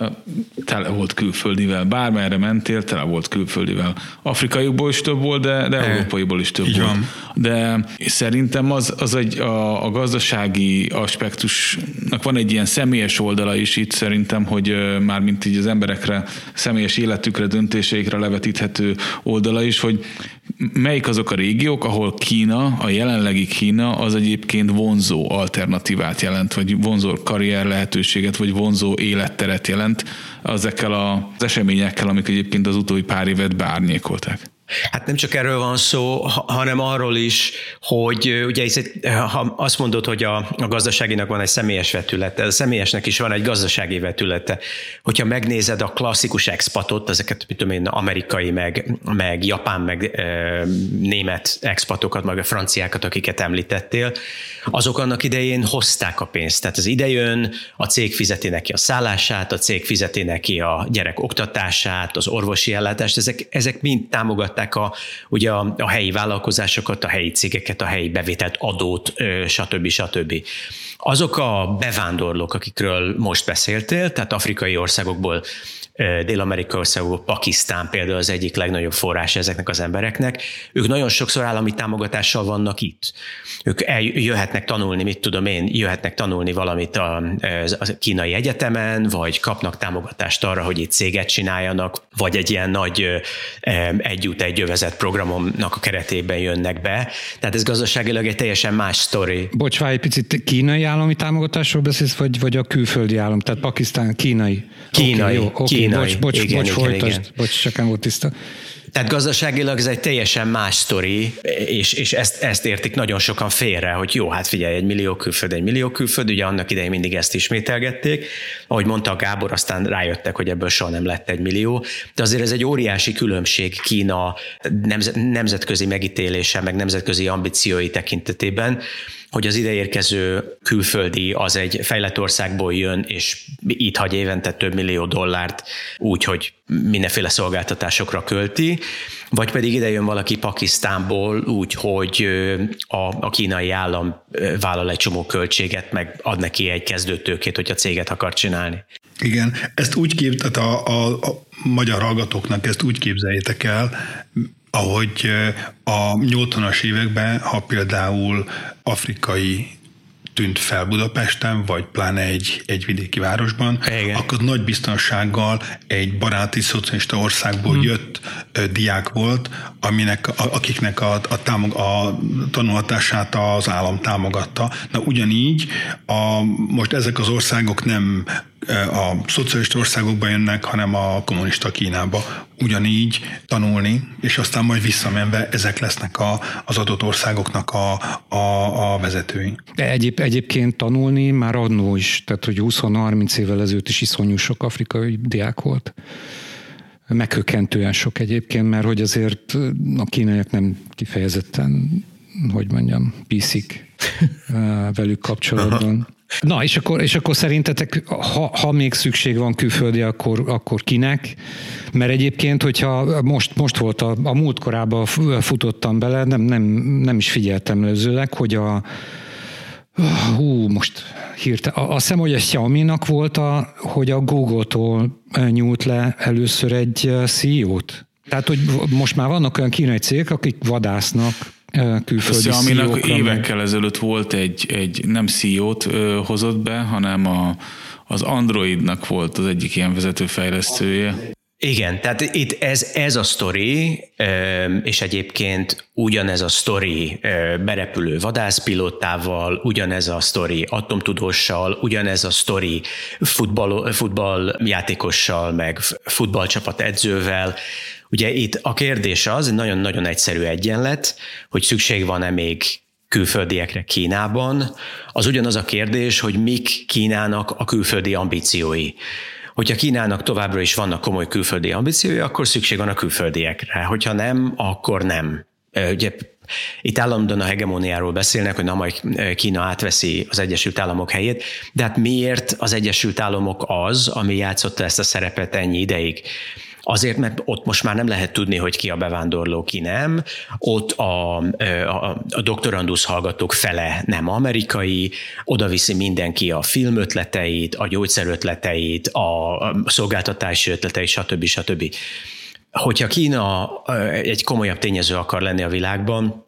tele volt külföldivel, bármerre mentél, tele volt külföldivel. Afrikaiból is több volt, de, de európaiból is több volt. Van. De szerintem az, az egy, a, a gazdasági aspektusnak van egy ilyen személyes oldala is itt szerintem, hogy már mint így az emberekre, személyes életükre, döntéseikre levetíthető oldala is, hogy melyik azok a régiók, ahol Kína, a jelenlegi Kína az egyébként vonzó alternatívát jelent, vagy vonzó karrier lehetőséget, vagy vonzó életteret jelent ezekkel az eseményekkel, amik egyébként az utóbbi pár évet beárnyékolták. Hát nem csak erről van szó, hanem arról is, hogy ugye ha azt mondod, hogy a, a gazdaságinak van egy személyes vetülete, a személyesnek is van egy gazdasági vetülete. Hogyha megnézed a klasszikus expatot, ezeket, mit tudom én, amerikai, meg, meg japán, meg e, német expatokat, meg a franciákat, akiket említettél, azok annak idején hozták a pénzt. Tehát az idejön, a cég fizeti neki a szállását, a cég fizeti neki a gyerek oktatását, az orvosi ellátást, ezek, ezek mind támogatták a, ugye a, a helyi vállalkozásokat, a helyi cégeket, a helyi bevételt, adót, stb. stb. Azok a bevándorlók, akikről most beszéltél, tehát afrikai országokból, Dél-Amerikai országokból, Pakisztán például az egyik legnagyobb forrás ezeknek az embereknek, ők nagyon sokszor állami támogatással vannak itt. Ők jöhetnek tanulni, mit tudom én, jöhetnek tanulni valamit a, a kínai egyetemen, vagy kapnak támogatást arra, hogy itt céget csináljanak, vagy egy ilyen nagy egy út egy övezet programomnak a keretében jönnek be. Tehát ez gazdaságilag egy teljesen más sztori. Bocs, várj egy picit, kínai állami támogatásról beszélsz, vagy, vagy a külföldi állam? Tehát Pakisztán, kínai? Kínai. Okay, jó, okay. Kínai. Bocs, bocs, igen, bocs igen, folytasd, igen. bocs, csak nem volt tiszta. Tehát gazdaságilag ez egy teljesen más sztori, és, és ezt, ezt értik nagyon sokan félre, hogy jó, hát figyelj, egy millió külföld, egy millió külföld, ugye annak idején mindig ezt ismételgették. Ahogy mondta a Gábor, aztán rájöttek, hogy ebből soha nem lett egy millió, de azért ez egy óriási különbség Kína nemzet, nemzetközi megítélése, meg nemzetközi ambíciói tekintetében, hogy az ideérkező külföldi az egy fejlett országból jön, és itt hagy évente több millió dollárt úgy, hogy mindenféle szolgáltatásokra költi, vagy pedig ide jön valaki Pakisztánból úgy, hogy a, a kínai állam vállal egy csomó költséget, meg ad neki egy kezdőtőkét, hogyha céget akar csinálni. Igen, ezt úgy kép, tehát a, a, a magyar hallgatóknak ezt úgy képzeljétek el, ahogy a nyolcvanas években, ha például afrikai tűnt fel Budapesten, vagy pláne egy, egy vidéki városban, igen, akkor nagy biztonsággal egy baráti szocialista országból hmm. jött ö, diák volt, aminek, a, akiknek a, a, támog, a tanulhatását az állam támogatta. Na ugyanígy a, most ezek az országok nem a szocialista országokba jönnek, hanem a kommunista Kínába ugyanígy tanulni, és aztán majd visszamenve ezek lesznek a, az adott országoknak a, a, a vezetői. De egyéb, egyébként tanulni már annó is, tehát hogy húsz-harminc évvel ezelőtt is iszonyú sok afrikai diák volt. Meghökkentően sok egyébként, mert hogy azért a kínaiak nem kifejezetten, hogy mondjam, piszik velük kapcsolatban. Na, és akkor, és akkor szerintetek, ha, ha még szükség van külföldi, akkor, akkor kinek? Mert egyébként, hogyha most, most volt a, a múlt korában futottam bele, nem, nem, nem is figyeltem előzőleg, hogy a hú, most hirtelen, azt hiszem, hogy a Xiaomi-nak volt, a, hogy a Google-tól nyújt le először egy cé e ó-t. Tehát, hogy most már vannak olyan kínai cégek, akik vadásznak külföldi hát cé e ó-kra. Évekkel meg... ezelőtt volt egy, egy nem cé e ó-t hozott be, hanem a, az Androidnak volt az egyik ilyen vezetőfejlesztője. Igen, tehát itt ez, ez a sztori, és egyébként ugyanez a sztori berepülő vadászpilótával, ugyanez a sztori atomtudóssal, ugyanez a sztori futball, futballjátékossal, meg futballcsapat edzővel. Ugye itt a kérdés az, nagyon-nagyon egyszerű egyenlet, hogy szükség van-e még külföldiekre Kínában. Az ugyanaz a kérdés, hogy mik Kínának a külföldi ambíciói. hogyha Kínának továbbra is vannak komoly külföldi ambíciói, akkor szükség van a külföldiekre. Hogyha nem, akkor nem. Ugye itt állandóan a hegemóniáról beszélnek, hogy na majd Kína átveszi az Egyesült Államok helyét, de hát miért az Egyesült Államok az, ami játszotta ezt a szerepet ennyi ideig? Azért, mert ott most már nem lehet tudni, hogy ki a bevándorló, ki nem. Ott a, a, a doktorandusz hallgatók fele nem amerikai, oda viszi mindenki a filmötleteit, a gyógyszerötleteit, a szolgáltatási ötleteit, stb. stb. Hogyha Kína egy komolyabb tényező akar lenni a világban,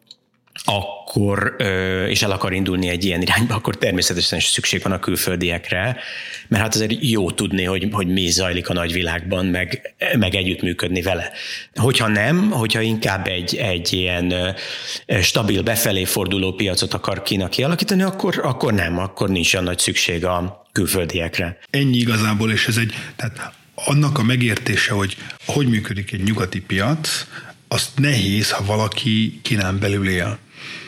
akkor, és el akar indulni egy ilyen irányba, akkor természetesen szükség van a külföldiekre, mert hát azért jó tudni, hogy, hogy mi zajlik a nagyvilágban, meg, meg együttműködni vele. Hogyha nem, hogyha inkább egy, egy ilyen stabil, befelé forduló piacot akar Kína kialakítani, akkor, akkor nem, akkor nincs olyan nagy szükség a külföldiekre. Ennyi igazából, és ez egy, tehát annak a megértése, hogy hogy működik egy nyugati piac, azt nehéz, ha valaki Kínán belül él.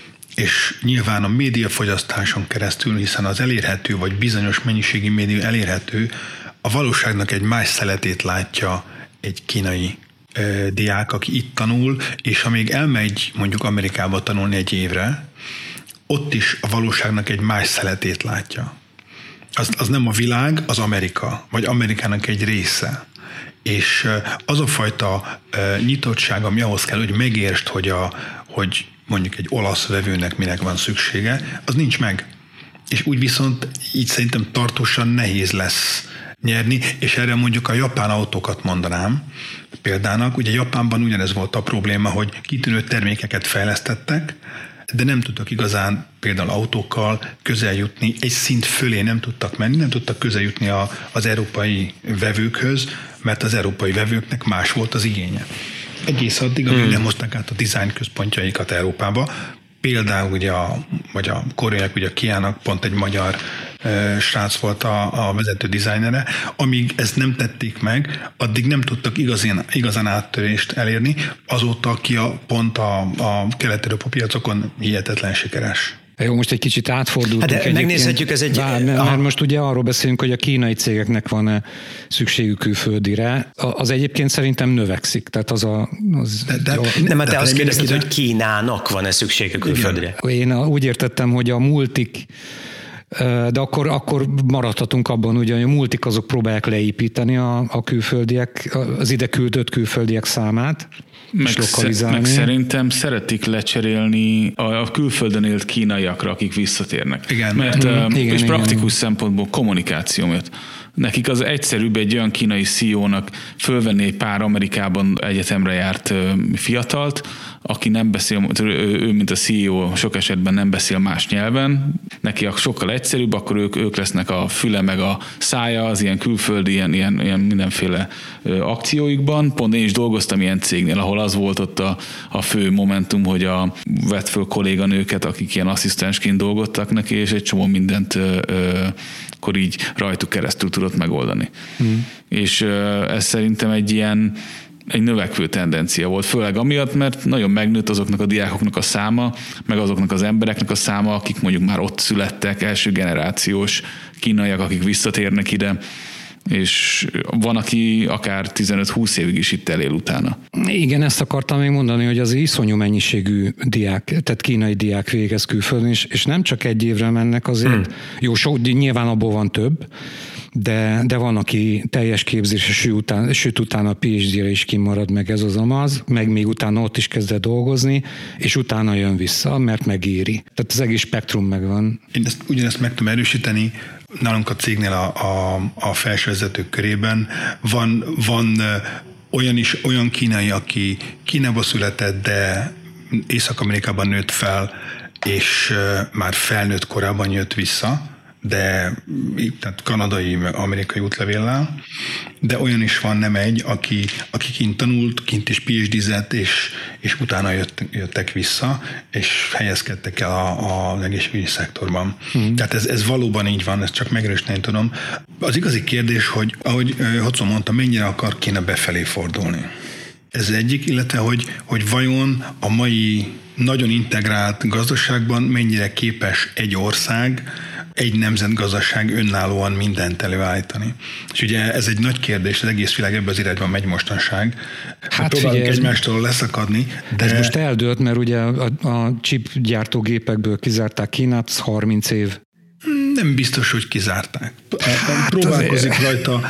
És nyilván a médiafogyasztáson keresztül, hiszen az elérhető, vagy bizonyos mennyiségi média elérhető, a valóságnak egy más szeletét látja egy kínai ö, diák, aki itt tanul, és ha még elmegy mondjuk Amerikába tanulni egy évre, ott is a valóságnak egy más szeletét látja. Az, az nem a világ, az Amerika, vagy Amerikának egy része. És az a fajta nyitottság, ami ahhoz kell, hogy megértsd, hogy, a, hogy mondjuk egy olasz vevőnek minek van szüksége, az nincs meg. És úgy viszont így szerintem tartósan nehéz lesz nyerni, és erre mondjuk a japán autókat mondanám példának. Ugye Japánban ugyanez volt a probléma, hogy kitűnő termékeket fejlesztettek, de nem tudtak igazán például autókkal közel jutni, egy szint fölé nem tudtak menni, nem tudtak közel jutni a, az európai vevőkhöz, mert az európai vevőknek más volt az igénye. Egész addig, amíg hmm. nem hozták át a design központjaikat Európába. Például ugye a, vagy a koreaiak, ugye a Kiának pont egy magyar e, srác volt a, a vezető dizájnere. Amíg ezt nem tették meg, addig nem tudtak igazán, igazán áttörést elérni. Azóta ki a, pont a, a kelet-európai piacokon hihetetlen sikeres. Jó, most egy kicsit átfordultunk. Hát megnézhetjük, ez egy... Bár, mert, mert most ugye arról beszélünk, hogy a kínai cégeknek van-e szükségük külföldire. Az egyébként szerintem növekszik. Tehát az a... Az de, de, nem, mert te azt kérdezted, hogy Kínának van-e szükségük külföldire? Én úgy értettem, hogy a multik, de akkor, akkor maradhatunk abban, ugye, hogy a multik azok próbálják leépíteni a, a külföldiek, az ide küldött külföldiek számát. Meg, meg szerintem szeretik lecserélni a, a külföldön élt kínaiakra, akik visszatérnek. Igen. Mert, mm, uh, igen, és igen. praktikus szempontból kommunikáció miatt. Nekik az egyszerűbb egy olyan kínai cé e ó-nak fölvenni egy pár Amerikában egyetemre járt fiatalt, aki nem beszél, ő, mint a cé e ó sok esetben nem beszél más nyelven, neki sokkal egyszerűbb, akkor ők, ők lesznek a füle meg a szája az ilyen külföldi, ilyen, ilyen, ilyen mindenféle akcióikban. Pont én is dolgoztam ilyen cégnél, ahol az volt ott a, a fő momentum, hogy a vett föl kolléganőket, akik ilyen asszisztensként dolgoztak neki, és egy csomó mindent ö, ö, akkor így rajtuk keresztül tudott megoldani. Hmm. És ö, ez szerintem egy ilyen egy növekvő tendencia volt, főleg amiatt, mert nagyon megnőtt azoknak a diákoknak a száma, meg azoknak az embereknek a száma, akik mondjuk már ott születtek, első generációs kínaiak, akik visszatérnek ide, és van, aki akár tizenöt-húsz évig is itt elél utána. Igen, ezt akartam még mondani, hogy az iszonyú mennyiségű diák, tehát kínai diák végez külföldön, és, és nem csak egy évre mennek azért. Hmm. Jó, so, nyilván abból van több, de, de van, aki teljes képzés, és után, sőt utána a pé há dé-re is kimarad, meg ez az amaz, meg még utána ott is kezdett dolgozni, és utána jön vissza, mert megéri. Tehát az egész spektrum megvan. Én ezt, ugyanezt meg tudom erősíteni, nálunk a cégnél a, a, a felsővezetők körében van, van olyan is, olyan kínai, aki Kínába született, de Észak-Amerikában nőtt fel, és már felnőtt korában jött vissza, de tehát kanadai, amerikai útlevéllel, de olyan is van, nem egy, aki, aki kint tanult, kint is pé há dé-zett, és, és utána jött, jöttek vissza, és helyezkedtek el a, az egészségügyi szektorban. Hmm. Tehát ez, ez valóban így van, ezt csak megerősíteni tudom. Az igazi kérdés, hogy ahogy Hoco mondta, mennyire akar Kína befelé fordulni. Ez egyik, illetve hogy, hogy vajon a mai nagyon integrált gazdaságban mennyire képes egy ország egy nemzetgazdaság önállóan mindent előállítani. És ugye ez egy nagy kérdés, az egész világ ebbe az irányban megy mostanság. Hát próbálunk egymástól leszakadni. De... Ez most eldőlt, mert ugye a, a chip gyártógépekből kizárták Kínát, harminc év. Nem biztos, hogy kizárták. Hát próbálkozik azért rajta.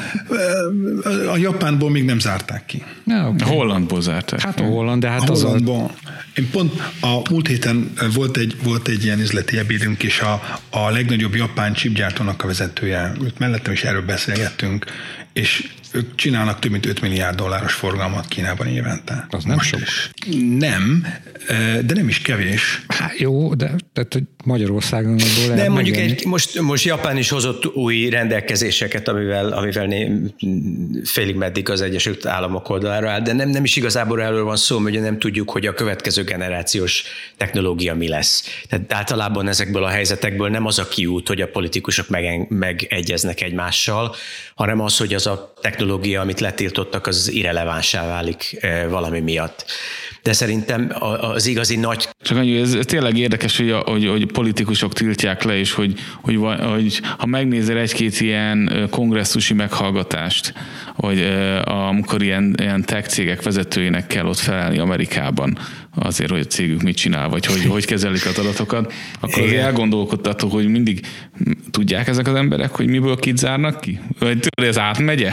A Japánból még nem zárták ki. Ja, okay. A Hollandból zárták. Hát a Holland, de hát a az Hollandból. A... Én pont a múlt héten volt egy, volt egy ilyen üzleti ebédünk, és a, a legnagyobb japán chipgyártónak a vezetője, őt mellettem is erről beszélgettünk, és ők csinálnak több mint öt milliárd dolláros forgalmat Kínában évente. Az nem sok. Nem, de nem is kevés. Hát jó, de tehát, hogy Magyarországon abból de mondjuk egy, most, most Japán is hozott új rendelkezéseket, amivel, amivel né, félig meddig az Egyesült Államok oldalára áll, de nem, nem is igazából erről van szó, mert ugye nem tudjuk, hogy a következő generációs technológia mi lesz. Tehát általában ezekből a helyzetekből nem az a kiút, hogy a politikusok meg, megegyeznek egymással, hanem az, hogy az a technológia, amit letiltottak, az irrelevánsá válik valami miatt. De szerintem az igazi nagy... Csak annyi, ez tényleg érdekes, hogy, a, hogy, hogy politikusok tiltják le, és hogy, hogy, hogy ha megnézel egy-két ilyen kongresszusi meghallgatást, hogy amikor ilyen, ilyen tech cégek vezetőinek kell ott felelni Amerikában, azért, hogy a cégük mit csinál, vagy hogy, hogy kezelik az adatokat, akkor azért elgondolkodtató, hogy mindig tudják ezek az emberek, hogy miből kit zárnak ki? Vagy tudod, ez átmegye?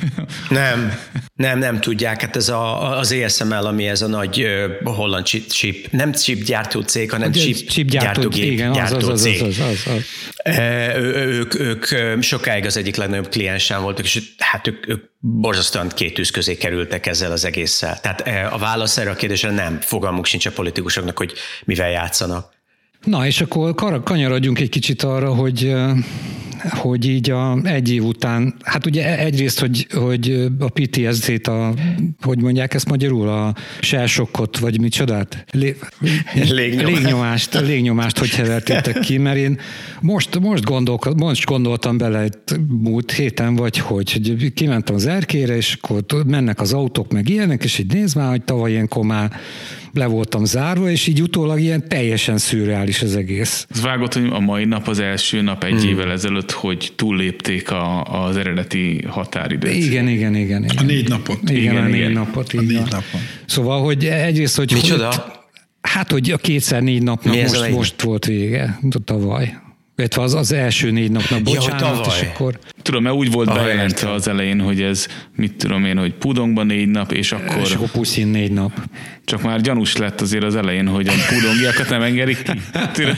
Nem, nem, nem tudják. Hát ez a, az á es em el, ami ez a nagy uh, holland chip, chip, nem chip gyártó cég, hanem chip, chip gyártógép igen, gyártó az, az, az, cég. Az, az, az, az. Uh, ők, ők sokáig az egyik legnagyobb kliensem voltak, és hát ők, ők borzasztóan két tűz közé kerültek ezzel az egésszel. Tehát a válasz erre a kérdésre nem, fogalmuk sincs a politikusoknak, hogy mivel játszanak. Na, és akkor kanyarodjunk egy kicsit arra, hogy, hogy így a, egy év után, hát ugye egyrészt, hogy, hogy a pé té es dé-t, a, hogy mondják ezt magyarul, a shell-shockot, vagy micsodát? Lé, Légnyom. Légnyomást, a légnyomást, hogy hevertétek ki, mert én most, most, gondolk, most gondoltam bele egy múlt héten, vagy hogy, hogy kimentem az erkére, és akkor mennek az autók, meg ilyenek, és így nézd már, hogy tavaly ilyenkor már le voltam zárva, és így utólag ilyen teljesen szürreális az egész. Az vágott, hogy a mai nap az első nap egy hmm. évvel ezelőtt, hogy túllépték a, az eredeti határidőt. Igen, igen, igen, igen. A négy napot. Igen, igen a négy igen. napot. A négy napot. Szóval, hogy egyrészt, hogy... Micsoda? Hogy, hát, hogy a kétszer négy napnak most, most volt vége, tavaly. Illetve az, az első négy napnak, bocsánat, ja, és akkor... Tudom, mert úgy volt bejelentve az elején, hogy ez, mit tudom én, hogy Pudongban négy nap, és akkor... És akkor Puszin négy nap. Csak már gyanús lett azért az elején, hogy a pudongiakat nem engedik ki.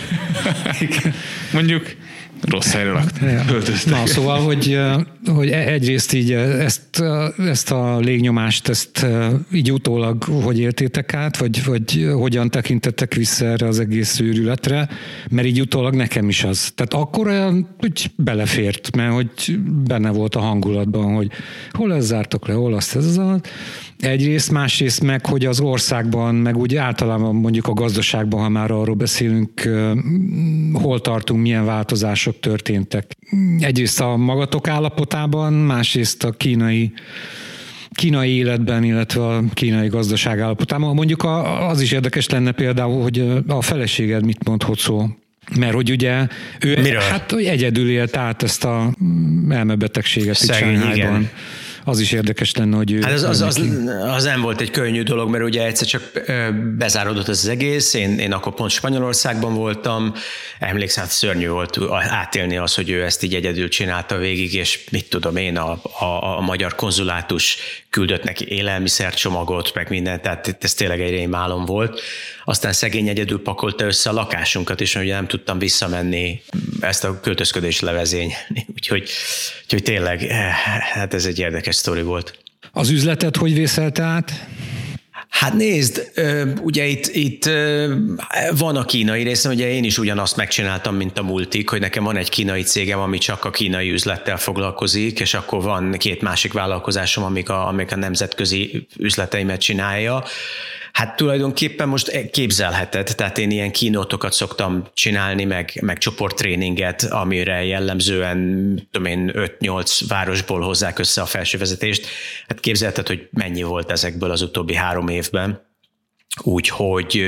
Mondjuk rossz helyre lakták. Na, szóval, hogy, hogy egyrészt így ezt, ezt a légnyomást, ezt így utólag hogy éltétek át, vagy, vagy hogyan tekintettek vissza erre az egész őrületre, mert így utólag nekem is az. Tehát akkor olyan, hogy belefért, mert hogy benne volt a hangulatban, hogy hol ezt zártok le, hol azt ez az a... Egyrészt, másrészt meg, hogy az országban, meg úgy általában mondjuk a gazdaságban, ha már arról beszélünk, hol tartunk, milyen változások történtek. Egyrészt a magatok állapotában, másrészt a kínai kínai életben, illetve a kínai gazdaság állapotában. Mondjuk az is érdekes lenne például, hogy a feleséged mit mond, Hocó. Mert hogy ugye ő Miről? Hát hogy egyedül élt át ezt a elmebetegséget itt Shanghaiban. Az is érdekes lenne, hogy ő... Hát az, az, az, az nem volt egy könnyű dolog, mert ugye egyszer csak bezárodott ez az egész, én, én akkor pont Spanyolországban voltam, emlékszem, hát szörnyű volt átélni az, hogy ő ezt így egyedül csinálta végig, és mit tudom én, a, a, a magyar konzulátus küldött neki élelmiszercsomagot, meg mindent, tehát ez tényleg egy rémálom volt. Aztán szegény egyedül pakolta össze a lakásunkat is, mert ugye nem tudtam visszamenni ezt a költözködést levezényelni. Úgyhogy, úgyhogy tényleg, hát ez egy érdekes sztori volt. Az üzletet hogy vészelte át? Hát nézd, ugye itt, itt van a kínai részem, ugye én is ugyanazt megcsináltam, mint a multik, hogy nekem van egy kínai cégem, ami csak a kínai üzlettel foglalkozik, és akkor van két másik vállalkozásom, amik a, amik a nemzetközi üzleteimet csinálja. Hát tulajdonképpen most képzelheted, tehát én ilyen keynote-okat szoktam csinálni, meg, meg csoporttréninget, amire jellemzően tudom én, öt-nyolc városból hozzák össze a felsővezetést. Hát képzelheted, hogy mennyi volt ezekből az utóbbi három évben. Úgyhogy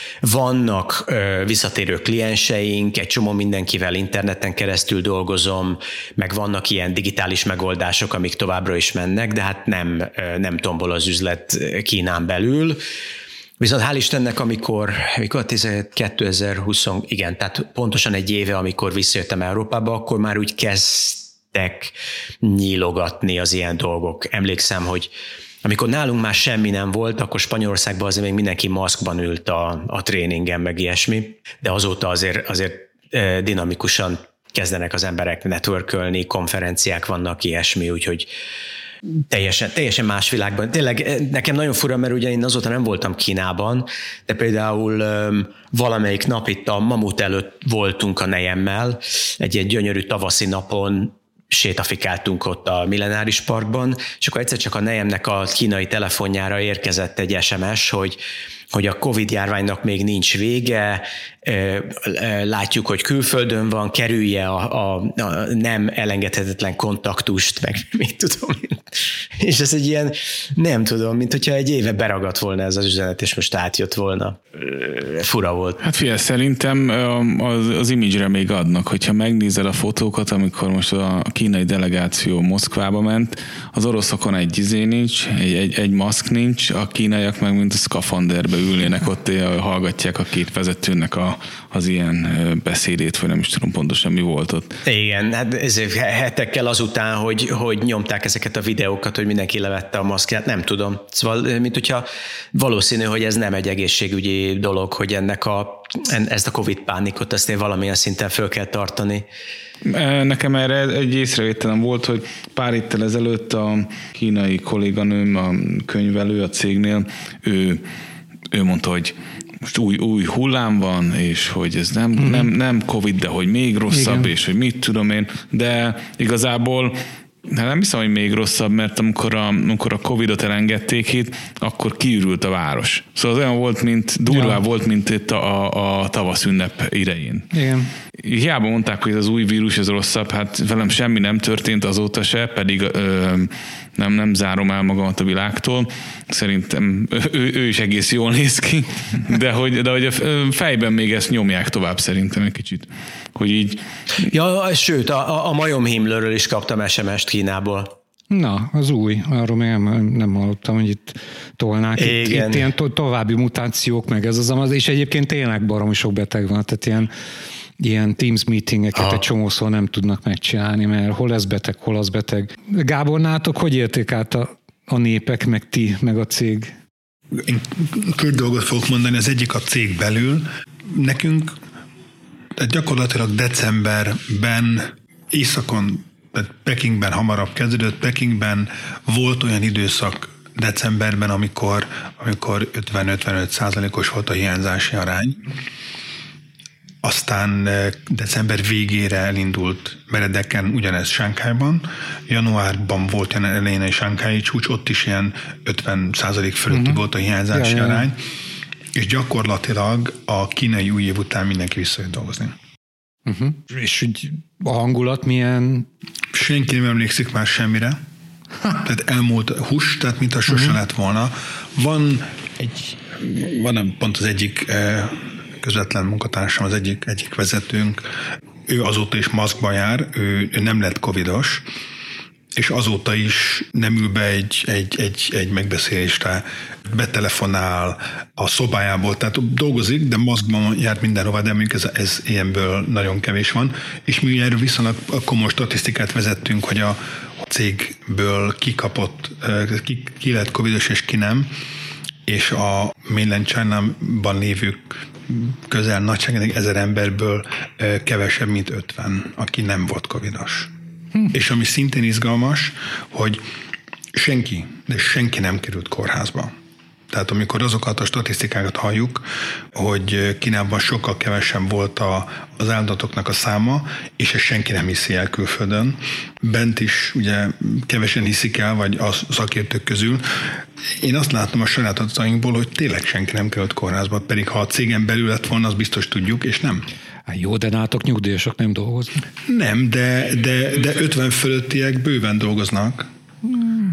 vannak visszatérő klienseink, egy csomó mindenkivel interneten keresztül dolgozom, meg vannak ilyen digitális megoldások, amik továbbra is mennek, de hát nem, nem tombol az üzlet Kínán belül. Viszont hál' Istennek, amikor, amikor kétezer-húsz, igen, tehát pontosan egy éve, amikor visszajöttem Európába, akkor már úgy kezdtek nyílogatni az ilyen dolgok. Emlékszem, hogy amikor nálunk már semmi nem volt, akkor Spanyolországban azért még mindenki maszkban ült a, a tréningen, meg ilyesmi, de azóta azért, azért dinamikusan kezdenek az emberek networkölni, konferenciák vannak, ilyesmi, úgyhogy Teljesen, teljesen más világban. Tényleg nekem nagyon fura, mert ugye én azóta nem voltam Kínában, de például um, valamelyik nap itt a Mamut előtt voltunk a nejemmel, egy ilyen gyönyörű tavaszi napon sétafikáltunk ott a Millenáris Parkban, és akkor egyszer csak a nejemnek a kínai telefonjára érkezett egy es em es, hogy hogy a Covid járványnak még nincs vége, látjuk, hogy külföldön van, kerülje a, a, a nem elengedhetetlen kontaktust, meg mit tudom én. És ez egy ilyen, nem tudom, mint hogyha egy éve beragadt volna ez az üzenet, és most átjött volna. Fura volt. Hát figyelj, szerintem az, az image-re még adnak, hogyha megnézel a fotókat, amikor most a kínai delegáció Moszkvába ment, az oroszokon egy izé nincs, egy, egy, egy maszk nincs, a kínaiak meg mint a szkafanderbe ülnének ott, hallgatják a két vezetőnek a, az ilyen beszédét, vagy nem is tudom pontosan mi volt ott. Igen, hát ezért hetekkel azután, hogy, hogy nyomták ezeket a videókat, hogy mindenki levette a maszkját, nem tudom. Szóval, mint hogyha valószínű, hogy ez nem egy egészségügyi dolog, hogy ennek a, ezt a Covid pánikot ezt valamilyen szinten föl kell tartani. Nekem erre egy észrevételem volt, hogy pár héttel ezelőtt a kínai kolléganőm, a könyvelő a cégnél, ő, ő mondta, hogy most új, új hullám van, és hogy ez nem, mm. nem, nem Covid, de hogy még rosszabb, igen. És hogy mit tudom én, de igazából hát nem hiszem, hogy még rosszabb, mert amikor a, amikor a Covidot elengedték itt, akkor kiürült a város. Szóval az olyan volt, mint durvább ja. volt, mint itt a, a, a tavasz ünnep idején. Igen. Hiába mondták, hogy az új vírus az rosszabb, hát velem semmi nem történt azóta se, pedig ö, nem, nem zárom el magamat a világtól. Szerintem ő, ő is egész jól néz ki, de hogy, de hogy a fejben még ezt nyomják tovább szerintem egy kicsit. Hogy így... Ja, sőt, a, a majomhimlőről is kaptam es em es-t Kínából. Na, az új. Arról még nem, nem hallottam, hogy itt tolnák. Itt, itt ilyen to- további mutációk, meg ez az amaz, és egyébként tényleg baromi sok beteg van, tehát ilyen ilyen Teams meetingeket ah. egy csomószor nem tudnak megcsinálni, mert hol ez beteg, hol az beteg. Gábor, nátok hogy érték át a, a népek, meg ti, meg a cég? Én két dolgot fogok mondani, az egyik a cég belül. Nekünk tehát gyakorlatilag decemberben északon, tehát Pekingben hamarabb kezdődött, Pekingben volt olyan időszak decemberben, amikor, amikor ötven-ötvenöt százalékos volt a hiányzási arány. Aztán december végére elindult meredeken ugyanez Sánkhájban. Januárban volt ilyen elején egy sánkhái csúcs, ott is ilyen ötven százalék fölötti uh-huh. volt a hiányzási ja, arány, ja. És gyakorlatilag a kínai új év után mindenki visszajött dolgozni. Uh-huh. És úgy a hangulat milyen? Senki nem emlékszik már semmire. Tehát elmúlt hús, tehát mintha sose uh-huh. lett volna. Van egy, van pont az egyik közvetlen munkatársam, az egyik, egyik vezetőnk, ő azóta is maszkba jár, ő, ő nem lett covidos, és azóta is nem ül be egy, egy, egy, egy megbeszélésre, betelefonál a szobájából, tehát dolgozik, de maszkban jár mindenhova, de mondjuk ez, ez ilyenből nagyon kevés van, és mi erről viszonylag komoly statisztikát vezettünk, hogy a cégből ki kapott, ki, ki lett covidos és ki nem, és a Mainland China-ban lévők közel nagyságrendileg ezer emberből kevesebb, mint ötven, aki nem volt covidos. Hm. És ami szintén izgalmas, hogy senki, de senki nem került kórházba. Tehát amikor azokat a statisztikákat halljuk, hogy Kínában sokkal kevesebb volt a, az áldodatoknak a száma, és ezt senki nem hiszi el külföldön. Bent is ugye kevesen hiszik el, vagy a szakértők közül. Én azt látom a saját adatainkból, hogy tényleg senki nem került kórházba, pedig ha a cégen belül lett volna, azt biztos tudjuk, és nem. Hát jó, de nátok nyugdíjasok nem dolgoznak. Nem, de, de, de ötven fölöttiek bőven dolgoznak. Hmm.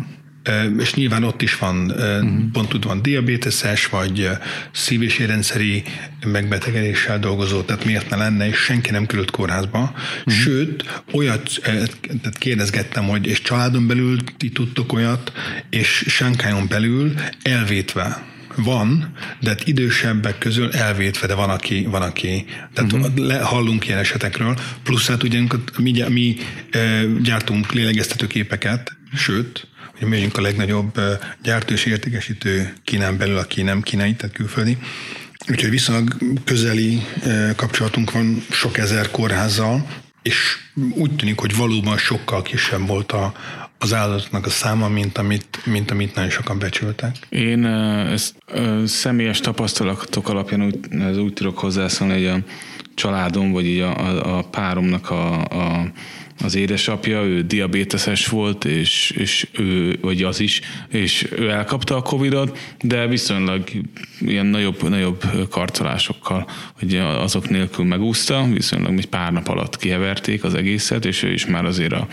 és nyilván ott is van, uh-huh. pont úgy van diabéteses, vagy szív- és érrendszeri megbetegedéssel dolgozó, tehát miért ne lenne, és senki nem került kórházba. Uh-huh. Sőt, olyat tehát kérdezgettem, hogy és családon belül ti tudtok olyat, és Sánghályon belül elvétve van, de hát idősebbek közül elvétve, de van, aki, van, aki tehát uh-huh. hallunk ilyen esetekről, plusz hát ugye mi, mi e, gyártunk lélegeztetőképeket, sőt, ugye mi vagyunk a legnagyobb gyártó és értékesítő Kínán belül, aki nem kínai, tehát külföldi, úgyhogy viszonylag közeli e, kapcsolatunk van sok ezer kórházzal, és úgy tűnik, hogy valóban sokkal kisebb volt a, az áldozatnak a száma, mint amit, mint amit nagyon sokan becsültek. Én ezt személyes tapasztalatok alapján úgy, ez úgy tudok hozzászólni, hogy a családom, vagy így a, a, a páromnak a, a, az édesapja, ő diabéteses volt, és, és ő, vagy az is, és ő elkapta a Covidot, de viszonylag ilyen nagyobb, nagyobb karcolásokkal, hogy azok nélkül megúszta, viszonylag egy pár nap alatt kiheverték az egészet, és ő is már azért a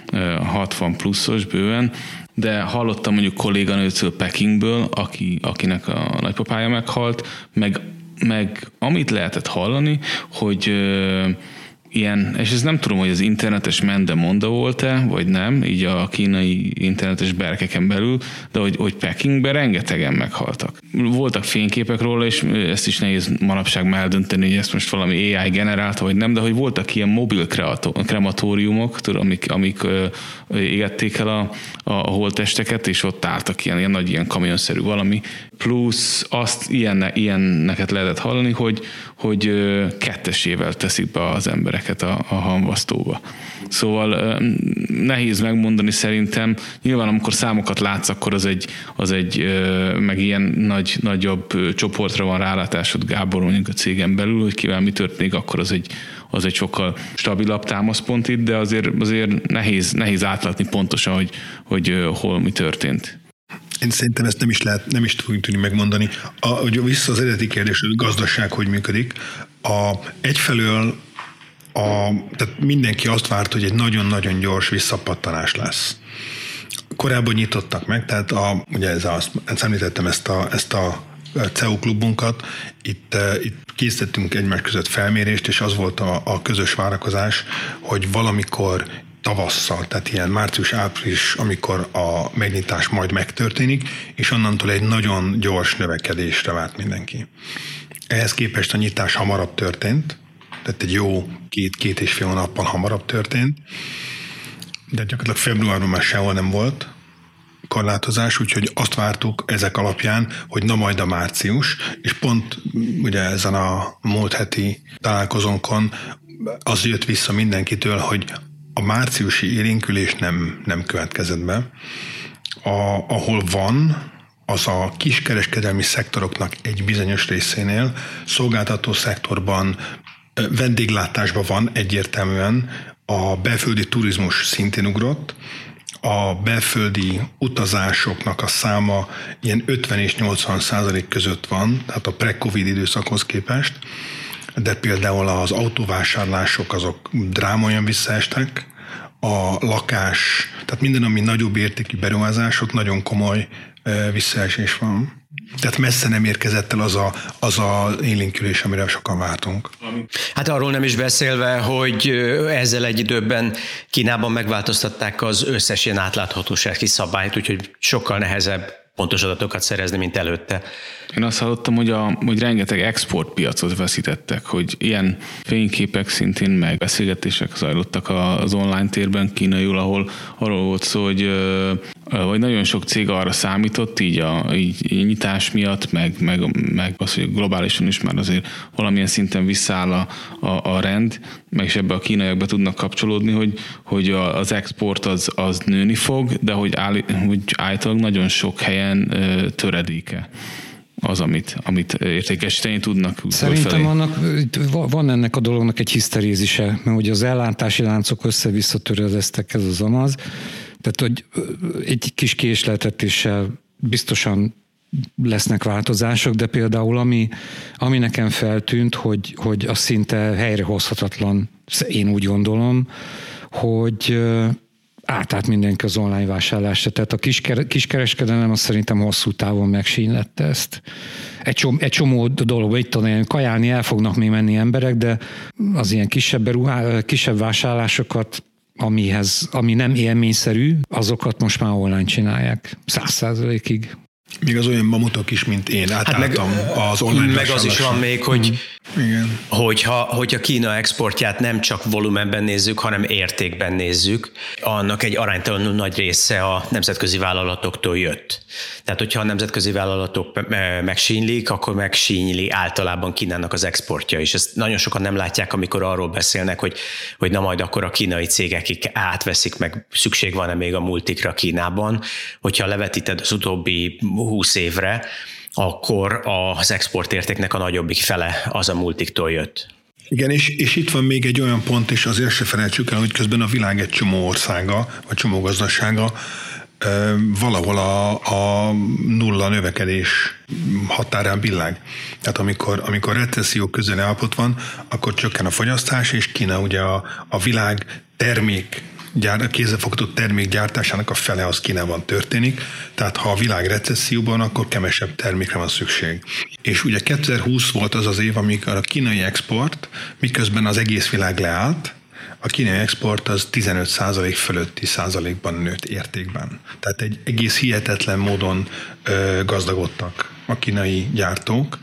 hatvan pluszos bőven, de hallottam mondjuk kolléganőtől Pekingből, aki, akinek a nagypapája meghalt, meg, meg amit lehetett hallani, hogy ö, ilyen, és ez nem tudom, hogy az internetes mende-monda volt-e, vagy nem, így a kínai internetes berkeken belül, de hogy, hogy Pekingben rengetegen meghaltak. Voltak fényképek róla, és ezt is nehéz manapság már eldönteni, hogy ezt most valami á i generálta, vagy nem, de hogy voltak ilyen mobil krematóriumok, tudom, amik, amik ö, égették el a, a, a holttesteket, és ott álltak ilyen, ilyen nagy ilyen kamionszerű valami. Plusz azt ilyen, ilyenneket lehetett hallani, hogy, hogy ö, kettesével teszik be az embereket a, a hamvasztóba. Szóval nehéz megmondani szerintem. Nyilván amikor számokat látsz, akkor az egy, az egy meg ilyen nagy, nagyobb csoportra van rálátásod, Gábor, mondjuk a cégen belül, hogy kivel mi történik, akkor az egy, az egy sokkal stabilabb támaszpont itt, de azért, azért nehéz, nehéz átlátni pontosan, hogy, hogy hol mi történt. Én szerintem ezt nem is lehet, nem is tudjuk tudni megmondani. A, hogy vissza az eredeti kérdés, hogy a gazdaság hogy működik. A, egyfelől a, tehát mindenki azt várt, hogy egy nagyon-nagyon gyors visszapattanás lesz. Korábban nyitottak meg, tehát a, ugye ez a, ezt említettem ezt a, ezt a cé e u klubunkat, itt, itt készítettünk egymás között felmérést, és az volt a, a közös várakozás, hogy valamikor tavasszal, tehát ilyen március-április, amikor a megnyitás majd megtörténik, és onnantól egy nagyon gyors növekedésre várt mindenki. Ehhez képest a nyitás hamarabb történt, tehát egy jó két, két és fél hónappal hamarabb történt, de gyakorlatilag februárban már sehol nem volt korlátozás, úgyhogy azt vártuk ezek alapján, hogy na majd a március, és pont ugye ezen a múlt heti találkozónkon az jött vissza mindenkitől, hogy a márciusi élénkülés nem, nem következett be. A, ahol van, az a kiskereskedelmi szektoroknak egy bizonyos részénél, szolgáltató szektorban, vendéglátásban van egyértelműen, a belföldi turizmus szintén ugrott, a belföldi utazásoknak a száma ilyen ötven és nyolcvan százalék között van, tehát a pre-covid időszakhoz képest, de például az autóvásárlások azok drámaian visszaestek, a lakás, tehát minden, ami nagyobb értékű beruházások, nagyon komoly visszaesés van. Tehát messze nem érkezett el az a, az a élénkülés, amire sokan vártunk. Hát arról nem is beszélve, hogy ezzel egy időben Kínában megváltoztatták az összes ilyen átláthatósági szabályt, úgyhogy sokkal nehezebb pontos adatokat szerezni, mint előtte. Én azt hallottam, hogy, a, hogy rengeteg exportpiacot veszítettek, hogy ilyen fényképek szintén meg beszélgetések zajlottak az online térben kínaiul, ahol arról volt szó, hogy, hogy nagyon sok cég arra számított, így a így nyitás miatt, meg, meg, meg az, hogy globálisan is már azért valamilyen szinten visszáll a, a, a rend, meg is ebbe a kínaiakba tudnak kapcsolódni, hogy, hogy az export az, az nőni fog, de hogy, áll, hogy állítólag nagyon sok helyen töredéke az, amit, amit értékesíteni tudnak. Szerintem annak, van ennek a dolognak egy hiszterézise, mert ugye az ellátási láncok össze-vissza törődeztek, ez az amaz. Tehát, hogy egy kis késleltetéssel biztosan lesznek változások, de például ami, ami nekem feltűnt, hogy, hogy az szinte helyrehozhatatlan, én úgy gondolom, hogy átállt mindenki az online vásárlásra. Tehát a kisker, kiskereskedelem azt szerintem hosszú távon megsínylette ezt. Egy csomó, egy csomó dolog, itt tudom, kajálni el fognak még menni emberek, de az ilyen kisebb, beruhá, kisebb vásárlásokat, amihez, ami nem élményszerű, azokat most már online csinálják. Száz százalékig. Még az olyan mamutok is, mint én, átálltam hát meg, az online meg az is van még, hogy mm. hogyha, hogyha Kína exportját nem csak volumenben nézzük, hanem értékben nézzük, annak egy aránytalanul nagy része a nemzetközi vállalatoktól jött. Tehát, hogyha a nemzetközi vállalatok megsínylik, akkor megsínyli általában Kínának az exportja is. Ezt nagyon sokan nem látják, amikor arról beszélnek, hogy, hogy na majd akkor a kínai cégek átveszik, meg szükség van-e még a multikra Kínában. Hogyha levetíted az utóbbi húsz évre, akkor az exportértéknek a nagyobbik fele az a multiktól jött. Igen, és, és itt van még egy olyan pont, és azért se felejtsük el, hogy közben a világ egy csomó országa, vagy csomó gazdasága valahol a, a nulla növekedés határán billág. Tehát amikor, amikor recesszió közeli állapot van, akkor csökken a fogyasztás, és Kína ugye a, a világ termék Gyár, kézzelfogható termék gyártásának a fele az Kínában történik, tehát ha a világ recesszióban, akkor kevesebb termékre van szükség. És ugye kétezer-húsz volt az az év, amikor a kínai export, miközben az egész világ leállt, a kínai export az tizenöt százalék fölötti százalékban nőtt értékben. Tehát egy egész hihetetlen módon ö, gazdagodtak a kínai gyártók,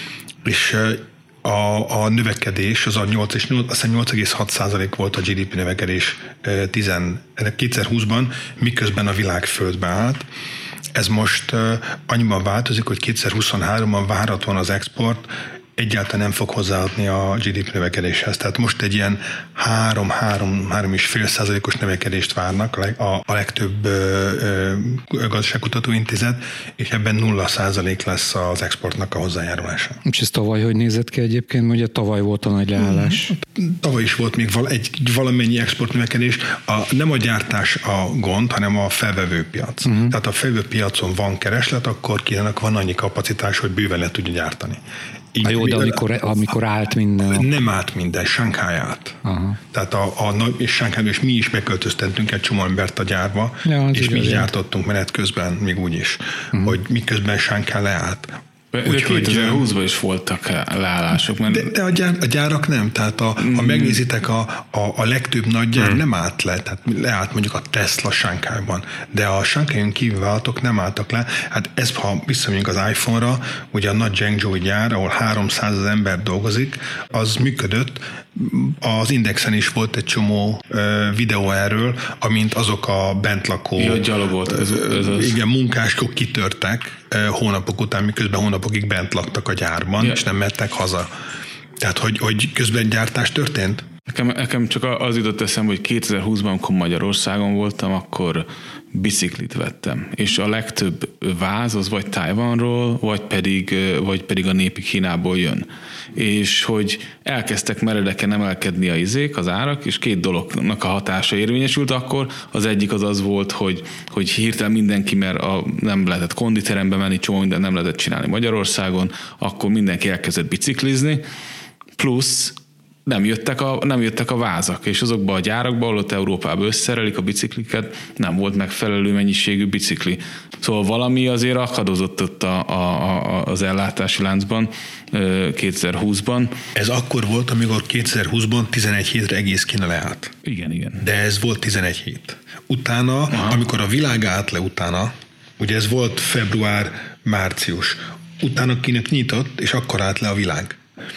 és ö, A, a növekedés az a nyolc és nyolc egész hat százalék volt a gé dé pé növekedés kétezer-húszban, miközben a világ földbe állt. Ez most annyiban változik, hogy kétezer-huszonháromban várhatóan az export egyáltalán nem fog hozzáadni a gé dé pé növekedéshez. Tehát most egy ilyen három-három egész öt százalékos növekedést várnak a, a legtöbb gazdaságkutató intézet, és ebben nulla százalék lesz az exportnak a hozzájárulása. És ez tavaly hogy nézett ki egyébként? Ugye tavaly volt a nagy leállás. Tavaly is volt még val- egy valamennyi exportnövekedés. A, nem a gyártás a gond, hanem a felvevő piac. Uh-huh. Tehát a felvevő piacon van kereslet, akkor Kínának van annyi kapacitás, hogy bőven le tudja gyártani. Így, a jó, de amikor, amikor állt minden. Nem állt minden, Shanghai állt. Aha. Tehát a, a, és Shanghai-ban is mi is beköltöztettünk egy csomó embert a gyárba, ja, és mi is gyártottunk menet közben, még úgy is, uh-huh. hogy miközben Shanghai leállt. kétezer-húszban is voltak leállások. Mert... De, de a, gyár, a gyárak nem, tehát a, mm. ha megnézitek, a, a, a legtöbb nagy gyár mm. nem állt le, tehát leállt mondjuk a Tesla Shanghai-ban, de a Shanghai-on kívül vállalatok nem álltak le. Hát ez, ha visszamegyünk az iPhone-ra, ugye a nagy Zhengzhou gyár, ahol háromszáz ember dolgozik, az működött. Az Indexen is volt egy csomó uh, videó erről, amint azok a bentlakó ja, gyalogolt, ez, ez az. Igen, munkások kitörtek uh, hónapok után, miközben hónapokig bent laktak a gyárban, ja. és nem mehettek haza. Tehát, hogy, hogy közben gyártás történt? Nekem, nekem csak az jutott eszembe, hogy kétezer-húszban, amikor Magyarországon voltam, akkor biciklit vettem, és a legtöbb váz az vagy Tajvanról, vagy pedig, vagy pedig a népi Kínából jön. És hogy elkezdtek meredeken emelkedni a izék, az árak, és két dolognak a hatása érvényesült akkor. Az egyik az az volt, hogy, hogy hirtelen mindenki, mert a, nem lehetett konditerembe menni, csomó mindent nem lehetett csinálni Magyarországon, akkor mindenki elkezdett biciklizni, plusz nem jöttek, a, nem jöttek a vázak, és azokban a gyárakban, ahol ott Európában összerelik a bicikliket, nem volt megfelelő mennyiségű bicikli. Szóval valami azért akadozott ott a, a, az ellátási láncban kétezer-húszban. Ez akkor volt, amikor kétezer-húszban tizenegy hétre egész Kína leállt. Igen, igen. De ez volt tizenegy hét. Utána, aha. amikor a világ állt le utána, ugye ez volt február, március, utána Kína nyitott, és akkor állt le a világ.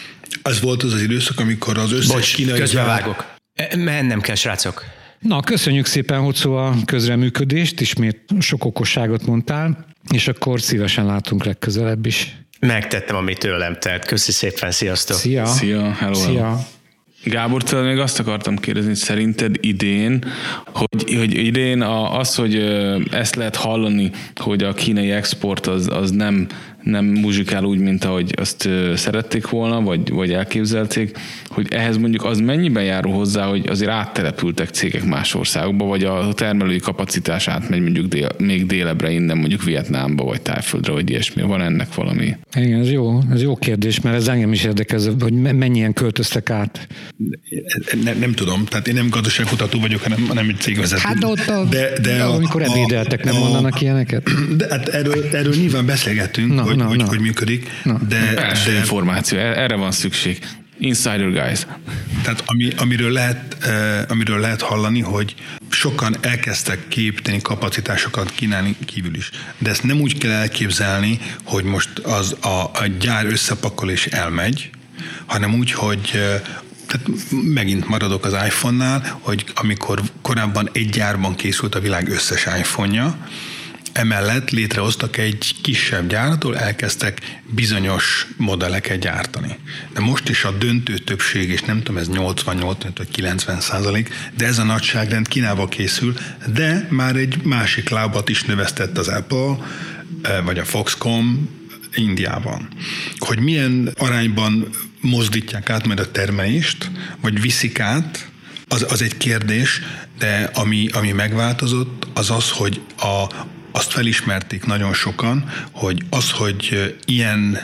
Az volt az az időszak, amikor az összes Bocs, kínai... közbevágok. Mennem kell, srácok. Na, köszönjük szépen, Hocó, a közreműködést, ismét sok okosságot mondtál, és akkor szívesen látunk legközelebb is. Megtettem, amit tőlem telt. Köszi szépen, sziasztok. Szia. Szia, hello. Szia. Gábor, tőle még azt akartam kérdezni, hogy szerinted idén, hogy, hogy idén az, hogy ezt lehet hallani, hogy a kínai export az, az nem nem muzsikál úgy, mint ahogy azt szerették volna, vagy, vagy elképzelték, hogy ehhez mondjuk az mennyiben járul hozzá, hogy azért áttelepültek cégek más országokba, vagy a termelői kapacitás átmegy mondjuk dél, még délebbre innen, mondjuk Vietnámba, vagy Tájföldre, vagy ilyesmi. Van ennek valami? Igen, ez jó, ez jó kérdés, mert ez engem is érdekel, hogy mennyien költöztek át. Nem, nem tudom, tehát én nem gazdaságkutató vagyok, hanem, hanem egy cégvezető. Hát ott a, de, de a, amikor ebédeltek, nem a, mondanak ilyeneket? De hát erről, erről nyilván beszélgettünk, no, hogy, no, hogy, no. hogy működik. No. De, Első de, információ, erre van szükség. Insider guys. Tehát ami, amiről, lehet, eh, amiről lehet hallani, hogy sokan elkezdtek kiépíteni kapacitásokat Kínán kívül is. De ezt nem úgy kell elképzelni, hogy most az a, a gyár összepakol és elmegy, hanem úgy, hogy eh, tehát megint maradok az iPhone-nál, hogy amikor korábban egy gyárban készült a világ összes iPhone-ja, emellett létrehoztak egy kisebb gyáratól, elkezdtek bizonyos modelleket gyártani. De most is a döntő többség, és nem tudom, ez nyolcvannyolc vagy kilencven százalék, de ez a nagyságrend Kínába készül, de már egy másik lábat is növesztett az Apple, vagy a Foxconn Indiában. Hogy milyen arányban mozdítják át majd a termelést, vagy viszik át, az, az egy kérdés, de ami, ami megváltozott, az az, hogy a azt felismerték nagyon sokan, hogy az, hogy ilyen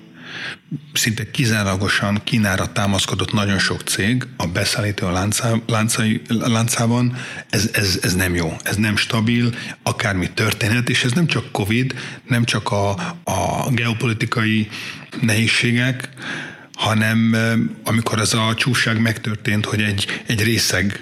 szinte kizárólagosan Kínára támaszkodott nagyon sok cég a beszállító láncá, láncai, láncában, ez, ez, ez nem jó, ez nem stabil, akármi történhet, és ez nem csak Covid, nem csak a, a geopolitikai nehézségek, hanem amikor ez a csúszság megtörtént, hogy egy, egy részeg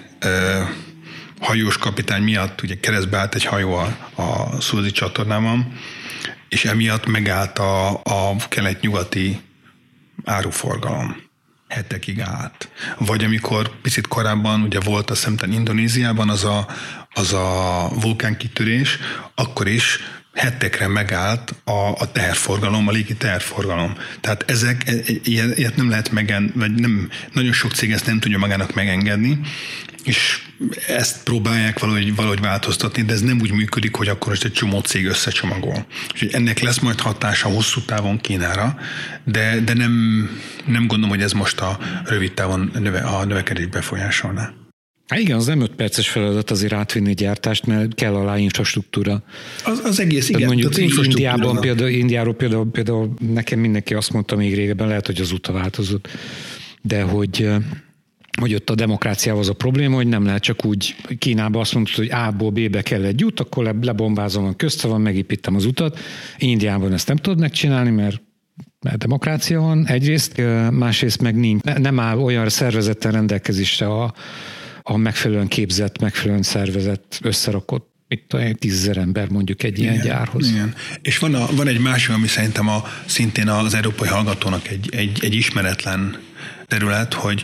hajós kapitány miatt ugye keresztbe állt egy hajó a, a Szuezi csatornában, és emiatt megállt a, a kelet-nyugati áruforgalom. Hetekig állt. Vagy amikor picit korábban ugye volt a szemten Indonéziában az a, az a vulkánkitörés, akkor is hetekre megállt a, a teherforgalom, a légi teherforgalom. Tehát ezek, ilyet, ilyet nem lehet megen, vagy nem, nagyon sok cég ezt nem tudja magának megengedni, és ezt próbálják valahogy, valahogy változtatni, de ez nem úgy működik, hogy akkor most egy csomó cég összecsomagol. Úgyhogy ennek lesz majd hatása hosszú távon Kínára, de, de nem, nem gondolom, hogy ez most a rövid távon növe, a növekedés befolyásolná. Hát igen, az nem öt perces feladat azért átvinni gyártást, mert kell alá infrastruktúra. Az, az egész, igen. Mondjuk Indiában például, Indiáról például, például nekem mindenki azt mondta még régebben, lehet, hogy azóta változott, de hogy hogy ott a demokráciával az a probléma, hogy nem lehet csak úgy, Kínában azt mondod, hogy A-ból B-be kell egy út, akkor le, lebombázom a közte van, megépítem az utat. Indiában ezt nem tudod megcsinálni, mert, mert demokrácia van egyrészt, másrészt meg nincs. Nem áll olyan szervezetten rendelkezésre a, a megfelelően képzett, megfelelően szervezett, összerakott itt a tízezer ember mondjuk egy igen, ilyen gyárhoz. Igen. És van, a, van egy másik, ami szerintem a, szintén az európai hallgatónak egy, egy, egy ismeretlen terület, hogy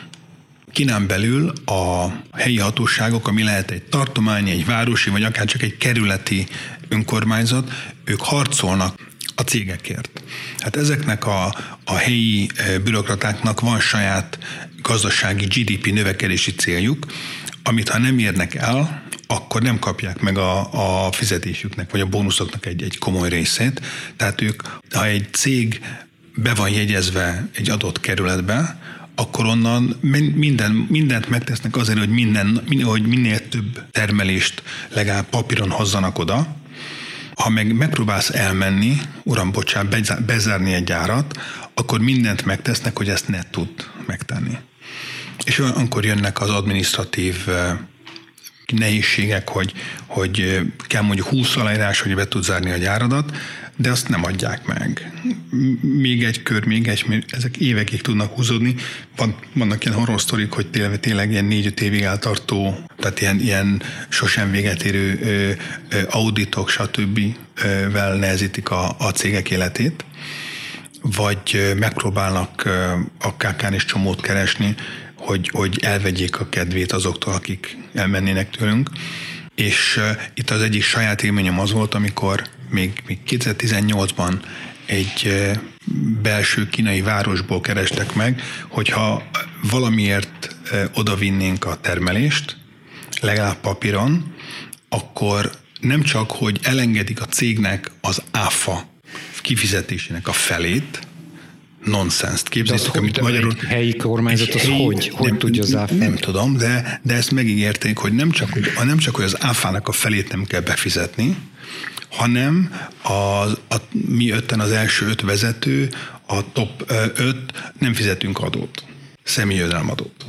Kínán belül a helyi hatóságok, ami lehet egy tartomány, egy városi, vagy akár csak egy kerületi önkormányzat, ők harcolnak a cégekért. Hát ezeknek a, a helyi bürokratáknak van saját gazdasági gé dé pé növekedési céljuk, amit ha nem érnek el, akkor nem kapják meg a, a fizetésüknek, vagy a bónuszoknak egy, egy komoly részét. Tehát ők, ha egy cég be van jegyezve egy adott kerületbe, akkor onnan minden, mindent megtesznek azért, hogy, minden, hogy minél több termelést legalább papíron hozzanak oda. Ha meg megpróbálsz elmenni, uram, bocsánat, bezárni egy gyárat, akkor mindent megtesznek, hogy ezt ne tud megtenni. És akkor jönnek az adminisztratív nehézségek, hogy, hogy kell mondjuk húsz aláírás, hogy be tud zárni a gyáradat, de azt nem adják meg. Még egy kör, még egy, ezek évekig tudnak húzódni. Van, vannak ilyen horror sztorik, hogy tényleg, tényleg ilyen négy-öt évig eltartó, tehát ilyen, ilyen sosem véget érő ö, ö, auditok, stb. Vel nehezítik a, a cégek életét, vagy megpróbálnak a ká kán is csomót keresni, hogy, hogy elvegyék a kedvét azoktól, akik elmennének tőlünk. És uh, itt az egyik saját élményem az volt, amikor még, még kétezer-tizennyolcban egy uh, belső kínai városból kerestek meg, hogyha valamiért uh, odavinnénk a termelést, legalább papíron, akkor nem csak, hogy elengedik a cégnek az áfa kifizetésének a felét, nonsenszt képzeljük, amit hogy magyarul... Egy helyi kormányzat az helyi, hogy, hogy nem, tudja az áfát? Nem tudom, de, de ezt megígérték, hogy nem csak, hogy nem csak, hogy az áfának a felét nem kell befizetni, hanem az, a, mi ötten az első öt vezető, a top öt nem fizetünk adót, személyi jövedelemadót.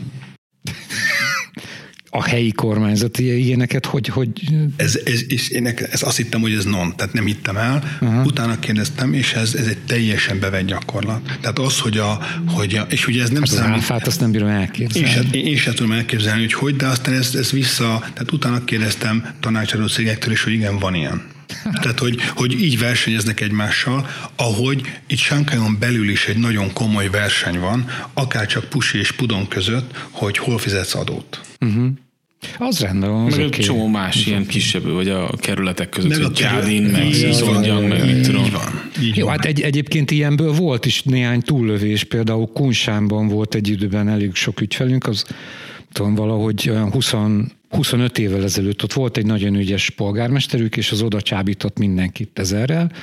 A helyi kormányzat ilyeneket, hogy... hogy... Ez, ez, és én ez azt hittem, hogy ez non, tehát nem hittem el. Uh-huh. Utána kérdeztem, és ez, ez egy teljesen bevett gyakorlat. Tehát az, hogy a... Hogy a és ugye ez nem hát számít... Az áfát azt nem bírom elképzelni. Én sem, én sem tudom elképzelni, hogy hogy, de aztán ez, ez vissza... Tehát utána kérdeztem tanácsadó cégektől is, hogy igen, van ilyen. Tehát, hogy, hogy így versenyeznek egymással, ahogy itt Shanghai-on belül is egy nagyon komoly verseny van, akár csak Pusi és Pudong között, hogy hol fizetsz adót. Uh-huh. Az rendben van. Meg egy okay. csomó más az ilyen kisebb, vagy a kerületek között, meg hogy Gyádin, meg Szizondjang, meg mit tudom. Így van. Így Jó, van. hát egy, egyébként ilyenből volt is néhány túllövés, például Kunsánban volt egy időben elég sok ügyfelünk, az tudom, valahogy olyan húsz, huszonöt évvel ezelőtt ott volt egy nagyon ügyes polgármesterük, és az oda csábított mindenkit ezerrel,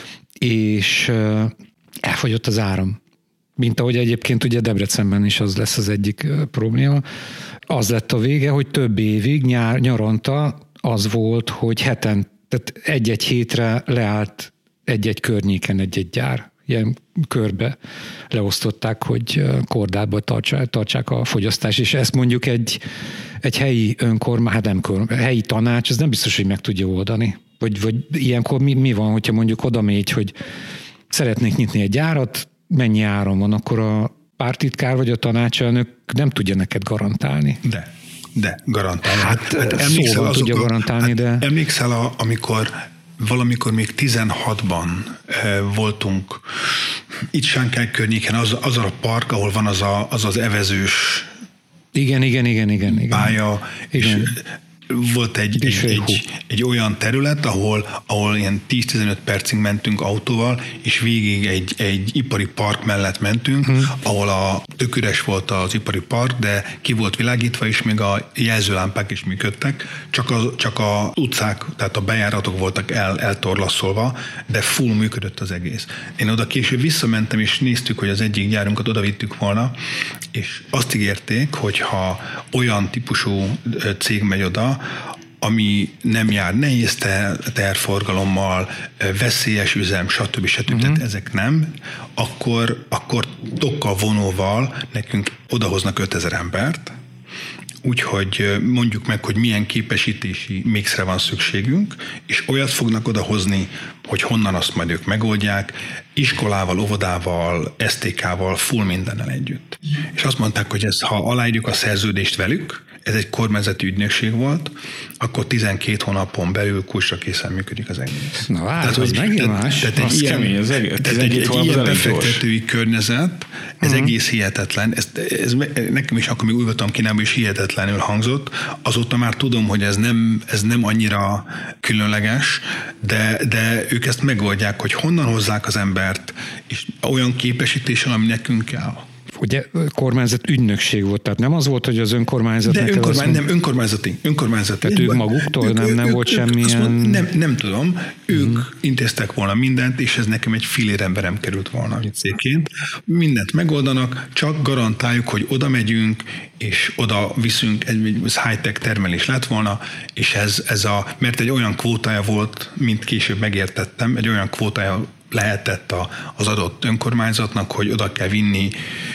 és elfogyott az áram. Mint ahogy egyébként ugye Debrecenben is az lesz az egyik probléma. Az lett a vége, hogy több évig nyár, nyaranta az volt, hogy heten, tehát egy-egy hétre leállt egy-egy környéken egy-egy gyár. Ilyen körbe leosztották, hogy kordában tartsák, tartsák a fogyasztást, és ezt mondjuk egy, egy helyi önkormány, hát nem kormány, helyi tanács, ez nem biztos, hogy meg tudja oldani. Vagy, vagy ilyenkor mi, mi van, hogyha mondjuk oda megy, hogy szeretnék nyitni egy gyárat, mennyi áron van, akkor a pártitkár vagy a tanácselnök nem tudja neked garantálni. De, de garantálni. Hát, hát szóval tudja garantálni, hát de... Emlékszel, a, amikor valamikor még tizenhatban e, voltunk itt Shanghai környéken, az, az a park, ahol van az a, az, az evezős igen, igen, igen, igen, igen. pálya, igen. És volt egy, egy, egy, egy olyan terület, ahol, ahol ilyen tíz-tizenöt percig mentünk autóval, és végig egy, egy ipari park mellett mentünk, hmm. ahol a tök üres volt az ipari park, de ki volt világítva, és még a jelzőlámpák is működtek, csak a, csak a utcák, tehát a bejáratok voltak el, eltorlaszolva, de full működött az egész. Én oda később visszamentem, és néztük, hogy az egyik gyárunkat oda vittük volna, és azt ígérték, hogy ha olyan típusú cég megy oda, ami nem jár nehéz teherforgalommal, veszélyes üzem, stb. stb. Uh-huh. Tehát ezek nem, akkor, akkor tokkal vonóval nekünk odahoznak ötezer embert, úgyhogy mondjuk meg, hogy milyen képesítési mixre van szükségünk, és olyat fognak odahozni, hogy honnan azt majd ők megoldják, iskolával, óvodával, es té ká-val, full mindennel együtt. És azt mondták, hogy ez, ha aláírjuk a szerződést velük, ez egy kormányzati ügynökség volt, akkor tizenkét hónapon belül kulcsra készen működik az egész. Na hát, tehát, az megint más. Tehát egy ilyen, kemény, az egész, tehát egy, egy ilyen befektetői környezet, ez uh-huh. egész hihetetlen. Ez, ez, nekem is akkor még úgy voltam Kínában, is hihetetlenül hangzott. Azóta már tudom, hogy ez nem, ez nem annyira különleges, de, de ők ezt megoldják, hogy honnan hozzák az embert, és olyan képesítéssel, ami nekünk kell. Ugye kormányzat ügynökség volt, tehát nem az volt, hogy az önkormányzat... De önkormány, nem, önkormányzati. önkormányzati. Tehát ők maguktól ők, nem, nem ők, volt ők, semmilyen... Mond, nem, nem tudom, ők hmm. intéztek volna mindent, és ez nekem egy fillér emberem került volna cégként. Mindent megoldanak, csak garantáljuk, hogy oda megyünk, és oda viszünk, egy high-tech termelés lett volna, és ez, ez a... Mert egy olyan kvótája volt, mint később megértettem, egy olyan kvótája lehetett a, az adott önkormányzatnak, hogy oda kell vinni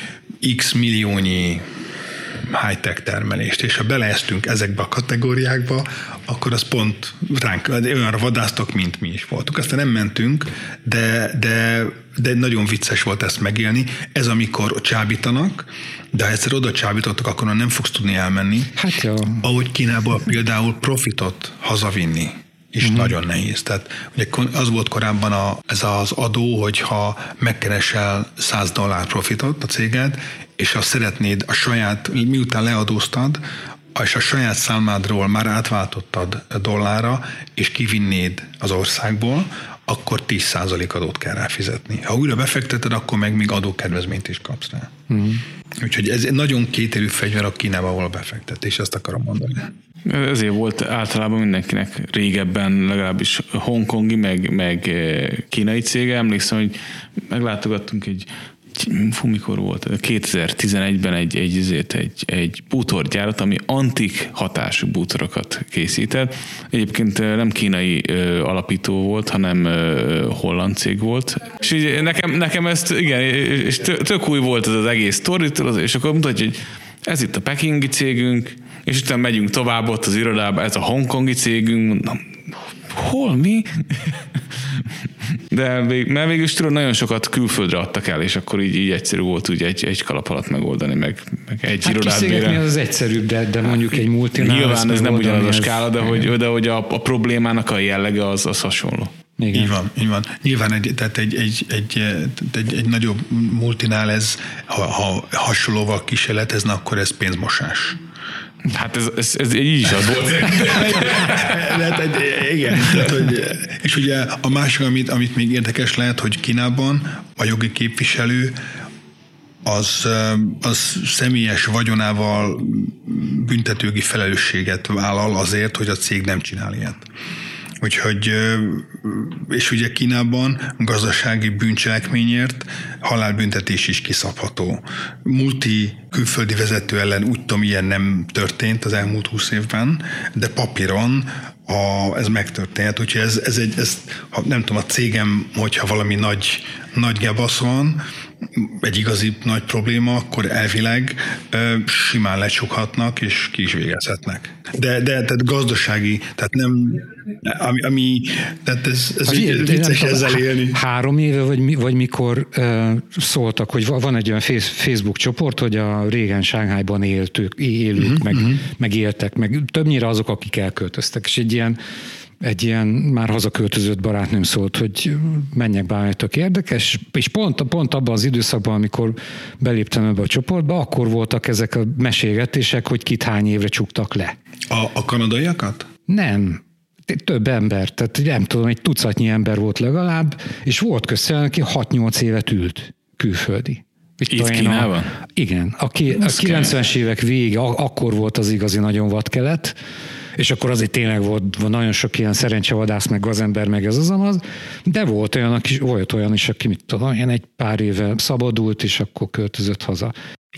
x milliónyi high-tech termelést, és ha beleeztünk ezekbe a kategóriákba, akkor az pont ránk, olyanra vadásztok, mint mi is voltunk. Aztán nem mentünk, de, de, de nagyon vicces volt ezt megélni. Ez amikor csábítanak, de ha egyszer oda csábítottak, akkor nem fogsz tudni elmenni. Hát jó. Ahogy Kínából például profitot hazavinni és uh-huh. nagyon nehéz. Tehát ugye az volt korábban a, ez az adó, hogyha megkeresel száz dollár profitot a céged, és ha szeretnéd a saját, miután leadóztad, és a saját számládról már átváltottad dollárra, és kivinnéd az országból, akkor tíz százalék adót kell rá fizetni. Ha újra befekteted, akkor meg még adókedvezményt is kapsz rá. Uh-huh. Úgyhogy ez egy nagyon kétérű fegyver a Kínába való befektetés, ezt akarom mondani. Ezért volt általában mindenkinek régebben legalábbis hongkongi, meg, meg kínai cége. Emlékszem, hogy meglátogattunk egy fú, mikor volt? kétezer-tizenegyben egy, egy, egy, egy bútorgyárat, ami antik hatású bútorokat készített. Egyébként nem kínai ö, alapító volt, hanem ö, holland cég volt. És így nekem, nekem ezt, igen, és tök új volt ez az egész sztoritől, és akkor mutatja, hogy ez itt a pekingi cégünk, és utána megyünk tovább ott az irodába, ez a hongkongi cégünk, mondom, hol, mi? De mert végül is tudod, nagyon sokat külföldre adtak el, és akkor így, így egyszerű volt úgy egy, egy kalap alatt megoldani, meg, meg egy hát irodát bére. Hát az egyszerűbb, de, de mondjuk egy multinál. Nyilván ez nem ugyanaz a skála, de hogy, de hogy a, a problémának a jellege az, az hasonló. Igen. Így van, így van. Nyilván egy, tehát egy, egy, egy, egy, egy nagyobb multinál ez, ha, ha hasonlóval kísérletezne, akkor ez pénzmosás. Hát ez, ez, ez így is az volt. Lehet, igen. Tehát, hogy, és ugye a másik, amit, amit még érdekes lehet, hogy Kínában a jogi képviselő az, az személyes vagyonával büntetőjogi felelősséget vállal azért, hogy a cég nem csinál ilyet. Úgyhogy, és ugye Kínában gazdasági bűncselekményért halálbüntetés is kiszabható. Multi külföldi vezető ellen úgy tudom, ilyen nem történt az elmúlt húsz évben, de papíron a, ez megtörtént. Úgyhogy ez, ez egy, ez, ha nem tudom, a cégem, hogyha valami nagy, nagy gebasz van, egy igazi nagy probléma, akkor elvileg ö, simán lecsukhatnak, és ki is végezhetnek. De, de tehát gazdasági, tehát nem, ami, ami tehát ez, ez így, vicces ezzel élni. Három éve, vagy, vagy mikor uh, szóltak, hogy van egy olyan Facebook csoport, hogy a régen Shanghaiban éltők, élők, uh-huh, meg, uh-huh. meg éltek, meg többnyire azok, akik elköltöztek, és egy ilyen egy ilyen már hazaköltözött barátnőm szólt, hogy menjek bármi, tök érdekes, és pont, pont abban az időszakban, amikor beléptem ebbe a csoportba, akkor voltak ezek a mesélgetések, hogy kit hány évre csuktak le. A, a kanadaiakat? Nem. Több ember, tehát nem tudom, egy tucatnyi ember volt legalább, és volt közben, aki hat-nyolc évet ült külföldi. Itt, Itt Kínában? A, igen. A, ki, a kilencvenes évek vége, akkor volt az igazi nagyon vadkelet, és akkor azért tényleg volt nagyon sok ilyen szerencsevadász, meg gazember, meg ez az amaz, de volt olyan, aki, volt olyan is, aki mit tudom, ilyen egy pár éve szabadult, és akkor költözött haza.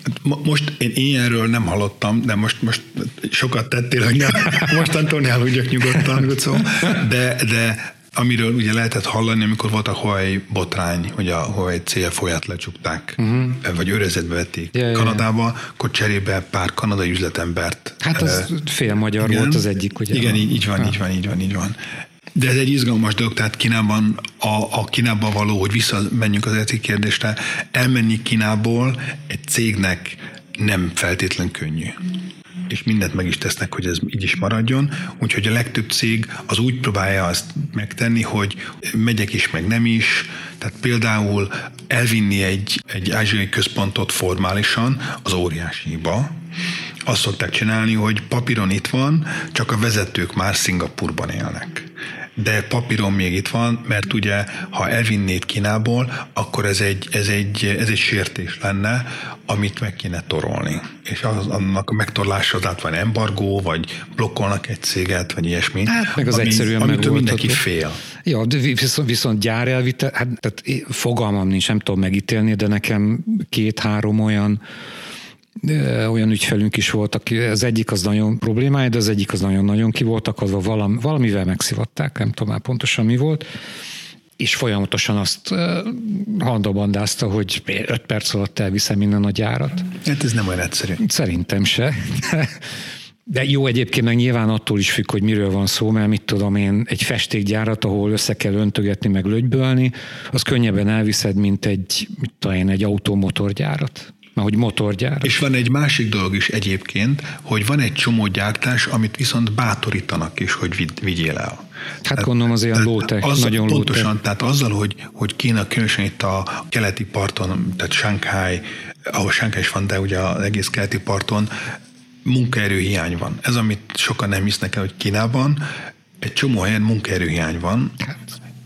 Most én ilyenről nem hallottam, de most, most sokat tettél, hogy nem, mostantól ne aludjak nyugodtan, de, de amiről ugye lehetett hallani, amikor volt a Huawei botrány, hogy a Huawei cé ef o-ját lecsukták, uh-huh. vagy őrizetbe vették ja, Kanadába, ja. akkor cserébe pár kanadai üzletembert. Hát az uh, fél magyar igen, volt az egyik, ugye? Igen, így, így van, ha. így van, így van, így van. De ez egy izgalmas dolog, tehát Kínában, a, a Kínában való, hogy visszamenjünk az etik kérdésre, elmenni Kínából egy cégnek nem feltétlen könnyű. És mindent meg is tesznek, hogy ez így is maradjon. Úgyhogy a legtöbb cég az úgy próbálja azt megtenni, hogy megyek is, meg nem is. Tehát például elvinni egy, egy ázsiai központot formálisan az óriási hiba. Azt szokták csinálni, hogy papíron itt van, csak a vezetők már Szingapurban élnek. De papíron még itt van, mert ugye, ha elvinnéd Kínából, akkor ez egy, ez egy, ez egy sértés lenne, amit meg kéne torolni. És az, annak a megtorlása az át van embargó, vagy blokkolnak egy céget, vagy ilyesmi. Hát meg az ami, egyszerűen amitől mindenki fél. Ja, de viszont, viszont gyárelvite, hát tehát fogalmam nincs, nem tudom megítélni, de nekem két-három olyan olyan ügyfelünk is volt, aki az egyik az nagyon problémája, de az egyik az nagyon-nagyon ki volt akadva, valam, valamivel megszivatták, nem tudom már pontosan mi volt, és folyamatosan azt uh, handabandázta, hogy öt perc alatt elviszem innen a gyárat. Hát ez nem olyan egyszerű. Szerintem se. De jó, egyébként meg nyilván attól is függ, hogy miről van szó, mert mit tudom én, egy festékgyárat, ahol össze kell öntögetni, meg lögybölni, az könnyebben elviszed, mint egy, mit tudom én, egy automotorgyárat. Hogy motorgyár. És van egy másik dolog is egyébként, hogy van egy csomó gyártás, amit viszont bátorítanak is, hogy vigyél el. Hát tehát, gondolom az ilyen low-tech, az, nagyon pontosan, low-tech. Tehát azzal, hogy, hogy Kína különösen itt a keleti parton, tehát Shanghai, ahol Shanghai is van, de ugye az egész keleti parton munkaerőhiány van. Ez, amit sokan nem hisznek el, hogy Kínában egy csomó helyen munkaerőhiány van,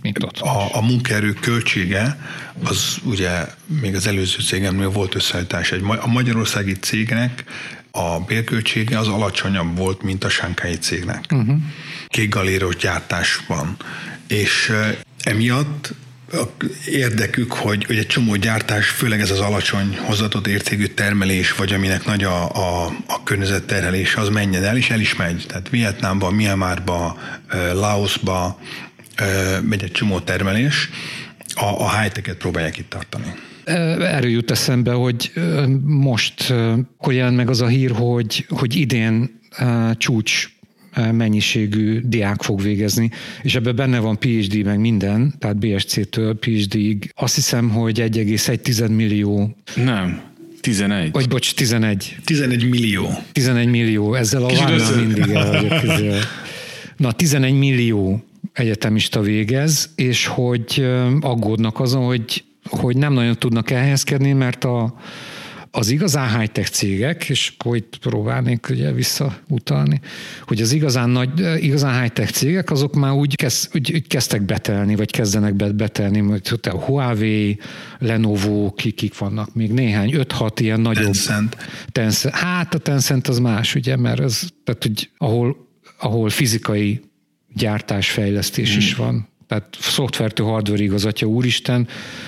mint ott. A, a munkaerő költsége, az ugye még az előző cégemnél volt összeállítás. Egy, a magyarországi cégnek a bérköltsége az alacsonyabb volt, mint a sánkái cégnek. Uh-huh. Kékgaléros gyártás van. És emiatt érdekük, hogy, hogy egy csomó gyártás, főleg ez az alacsony hozzáadott értékű termelés, vagy aminek nagy a, a, a környezetterhelése, az menjen el, és el is megy. Tehát Vietnámba, Myanmarba, Laosba megy egy csomó termelés, a, a high-tech-et próbálják itt tartani. Erről jut eszembe, hogy most akkor jelent meg az a hír, hogy, hogy idén csúcs mennyiségű diák fog végezni, és ebben benne van PhD meg minden, tehát bé es cé-től PhD-ig. Azt hiszem, hogy egy egész egy millió. Nem, tizenegy. Vagy bocs, tizenegy. tizenegy millió. tizenegy millió, ezzel a vállal mindig el vagyok közül. Na, tizenegy millió egyetemista végez, és hogy aggódnak azon, hogy, hogy nem nagyon tudnak elhelyezkedni, mert a az igazán high-tech cégek, és akkor itt próbálnék ugye visszautalni, hogy az igazán nagy, igazán high-tech cégek, azok már úgy, kezd, úgy, úgy kezdtek betelni, vagy kezdenek betelni, hogy a Huawei, Lenovo, kik, kik vannak még néhány, öt-hat ilyen nagyobb. Tencent. Tencent. Hát a Tencent az más, ugye, mert ez, tehát, hogy ahol, ahol fizikai gyártásfejlesztés hmm. is van. Tehát szoftvertől hardware igazatja, úristen,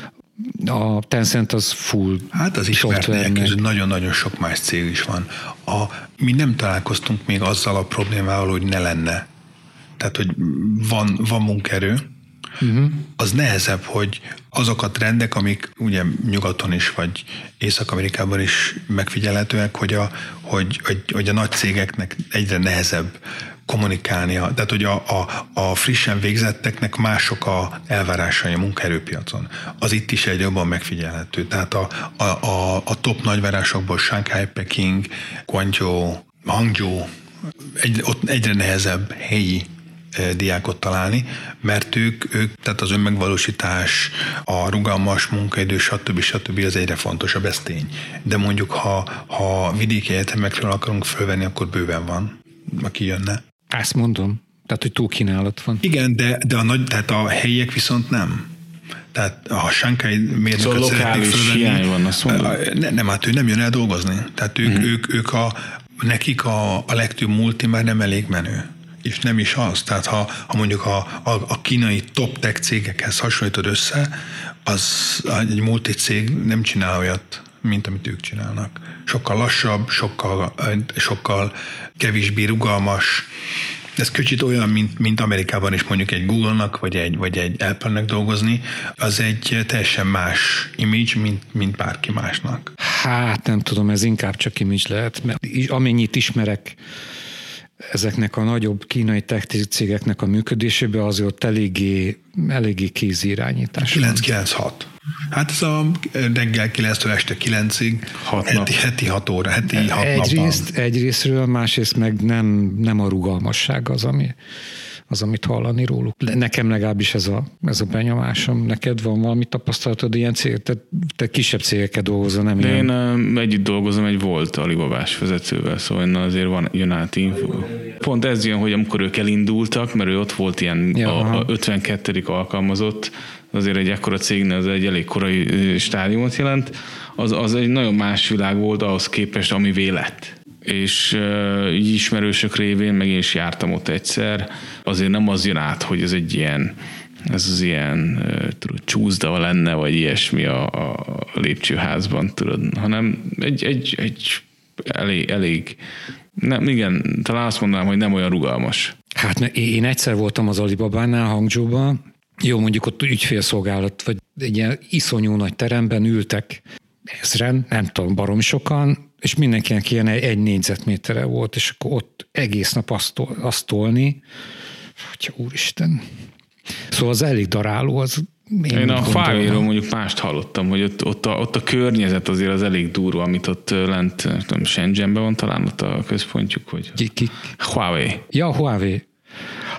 a Tencent az full. Hát az ismertek közül nagyon-nagyon sok más cég is van. A, mi nem találkoztunk még azzal a problémával, hogy ne lenne. Tehát, hogy van, van munkaerő, uh-huh. az nehezebb, hogy azok a trendek, amik ugye nyugaton is, vagy Észak-Amerikában is megfigyelhetőek, hogy a, hogy, hogy, hogy a nagy cégeknek egyre nehezebb kommunikálnia. Tehát, hogy a, a, a frissen végzetteknek mások a elvárásai a munkaerőpiacon. Az itt is egy jobban megfigyelhető. Tehát a, a, a, a top nagyvárosokból Shanghai, Peking, Guangzhou, Hangzhou, egy, ott egyre nehezebb helyi diákot találni, mert ők, ők, tehát az önmegvalósítás, a rugalmas munkaidő, stb. stb. Az egyre fontosabb, ez tény. De mondjuk, ha, ha vidéki egyetemekről akarunk fölvenni, akkor bőven van, aki jönne. Ezt mondom. Tehát, hogy túl kínálat van. Igen, de, de a, nagy, tehát a helyiek viszont nem. Tehát ha Shanghai mérnököt szóval szeretnék fölvenni, hiány van, azt mondom. Ne, nem, hát ő nem jön el dolgozni. Tehát ők, uh-huh. ők, ők a, nekik a, a legtöbb multi már nem elég menő. És nem is az. Tehát ha, ha mondjuk a, a, a kínai top tech cégekhez hasonlítod össze, az egy multi cég nem csinál olyat, mint amit ők csinálnak. Sokkal lassabb, sokkal, sokkal kevésbé rugalmas. Ez kicsit olyan, mint, mint Amerikában is mondjuk egy Google-nak, vagy egy, vagy egy Apple-nek dolgozni, az egy teljesen más image, mint, mint bárki másnak. Hát nem tudom, ez inkább csak image lehet, mert amennyit ismerek ezeknek a nagyobb kínai tech cégeknek a működésébe, azért ott eléggé, eléggé kézi irányítás. kilenc kilenc hat. Hát ez a reggel kilenctől este kilencig, heti, heti hat óra, heti hat egyrészt, egyrésztről, másrészt meg nem, nem a rugalmasság az, ami, az, amit hallani róluk. Nekem legalábbis ez a, ez a benyomásom. Neked van valami tapasztalatod ilyen cég? Te, te kisebb cégekkel dolgozol, nem De ilyen? Én együtt dolgozom egy volt Alibabás vezetővel, szóval azért van, jön át info. Pont ez jön, hogy amikor ők elindultak, mert ő ott volt ilyen ja, a, a ötvenkettedik alkalmazott, azért egy ekkora cégnél az egy elég korai stádiumot jelent, az, az egy nagyon más világ volt ahhoz képest, ami lett. És uh, így ismerősök révén, meg én is jártam ott egyszer, azért nem az jön át, hogy ez egy ilyen, ez az ilyen uh, tudod, csúszda lenne, vagy ilyesmi a, a lépcsőházban, tudod, hanem egy, egy, egy elég, elég nem, igen, talán azt mondanám, hogy nem olyan rugalmas. Hát én egyszer voltam az Alibabánál, Hangzsouban. Jó, mondjuk ott ügyfélszolgálat, vagy egy ilyen iszonyú nagy teremben ültek ezren, nem tudom, barom sokan, és mindenkinek ilyen egy négyzetméterre volt, és akkor ott egész nap azt, azt tolni, hogy úristen. Szóval az elég daráló. Az én, én a Huawei-ról mondjuk mást hallottam, hogy ott, ott, a, ott a környezet azért az elég durva, amit ott lent, nem tudom, Shenzhenben van talán ott a központjuk, hogy Ki, ki? Huawei. Ja, Huawei.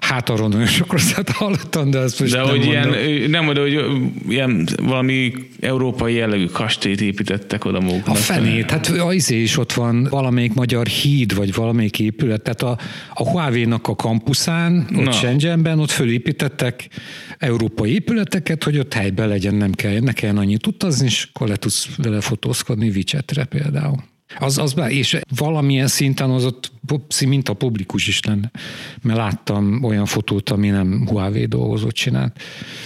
Hát arról nagyon sok rosszat hallottam, de ezt most de nem hogy mondom. ilyen, nem mondom, hogy ilyen valami európai jellegű kastélyt építettek oda maguknak. A fenét, hát az izé is ott van valamelyik magyar híd, vagy valamelyik épület, tehát a, a Huawei-nak a kampuszán, ott Shenzhenben, ott fölépítettek európai épületeket, hogy ott helyben legyen, nem kell, ne kelljen annyit utazni, és akkor le tudsz vele fotózkodni WeChatre például. Az, az be, és valamilyen szinten az ott mint a publikus is lenne, mert láttam olyan fotót, ami nem Huawei dolgozót csinált.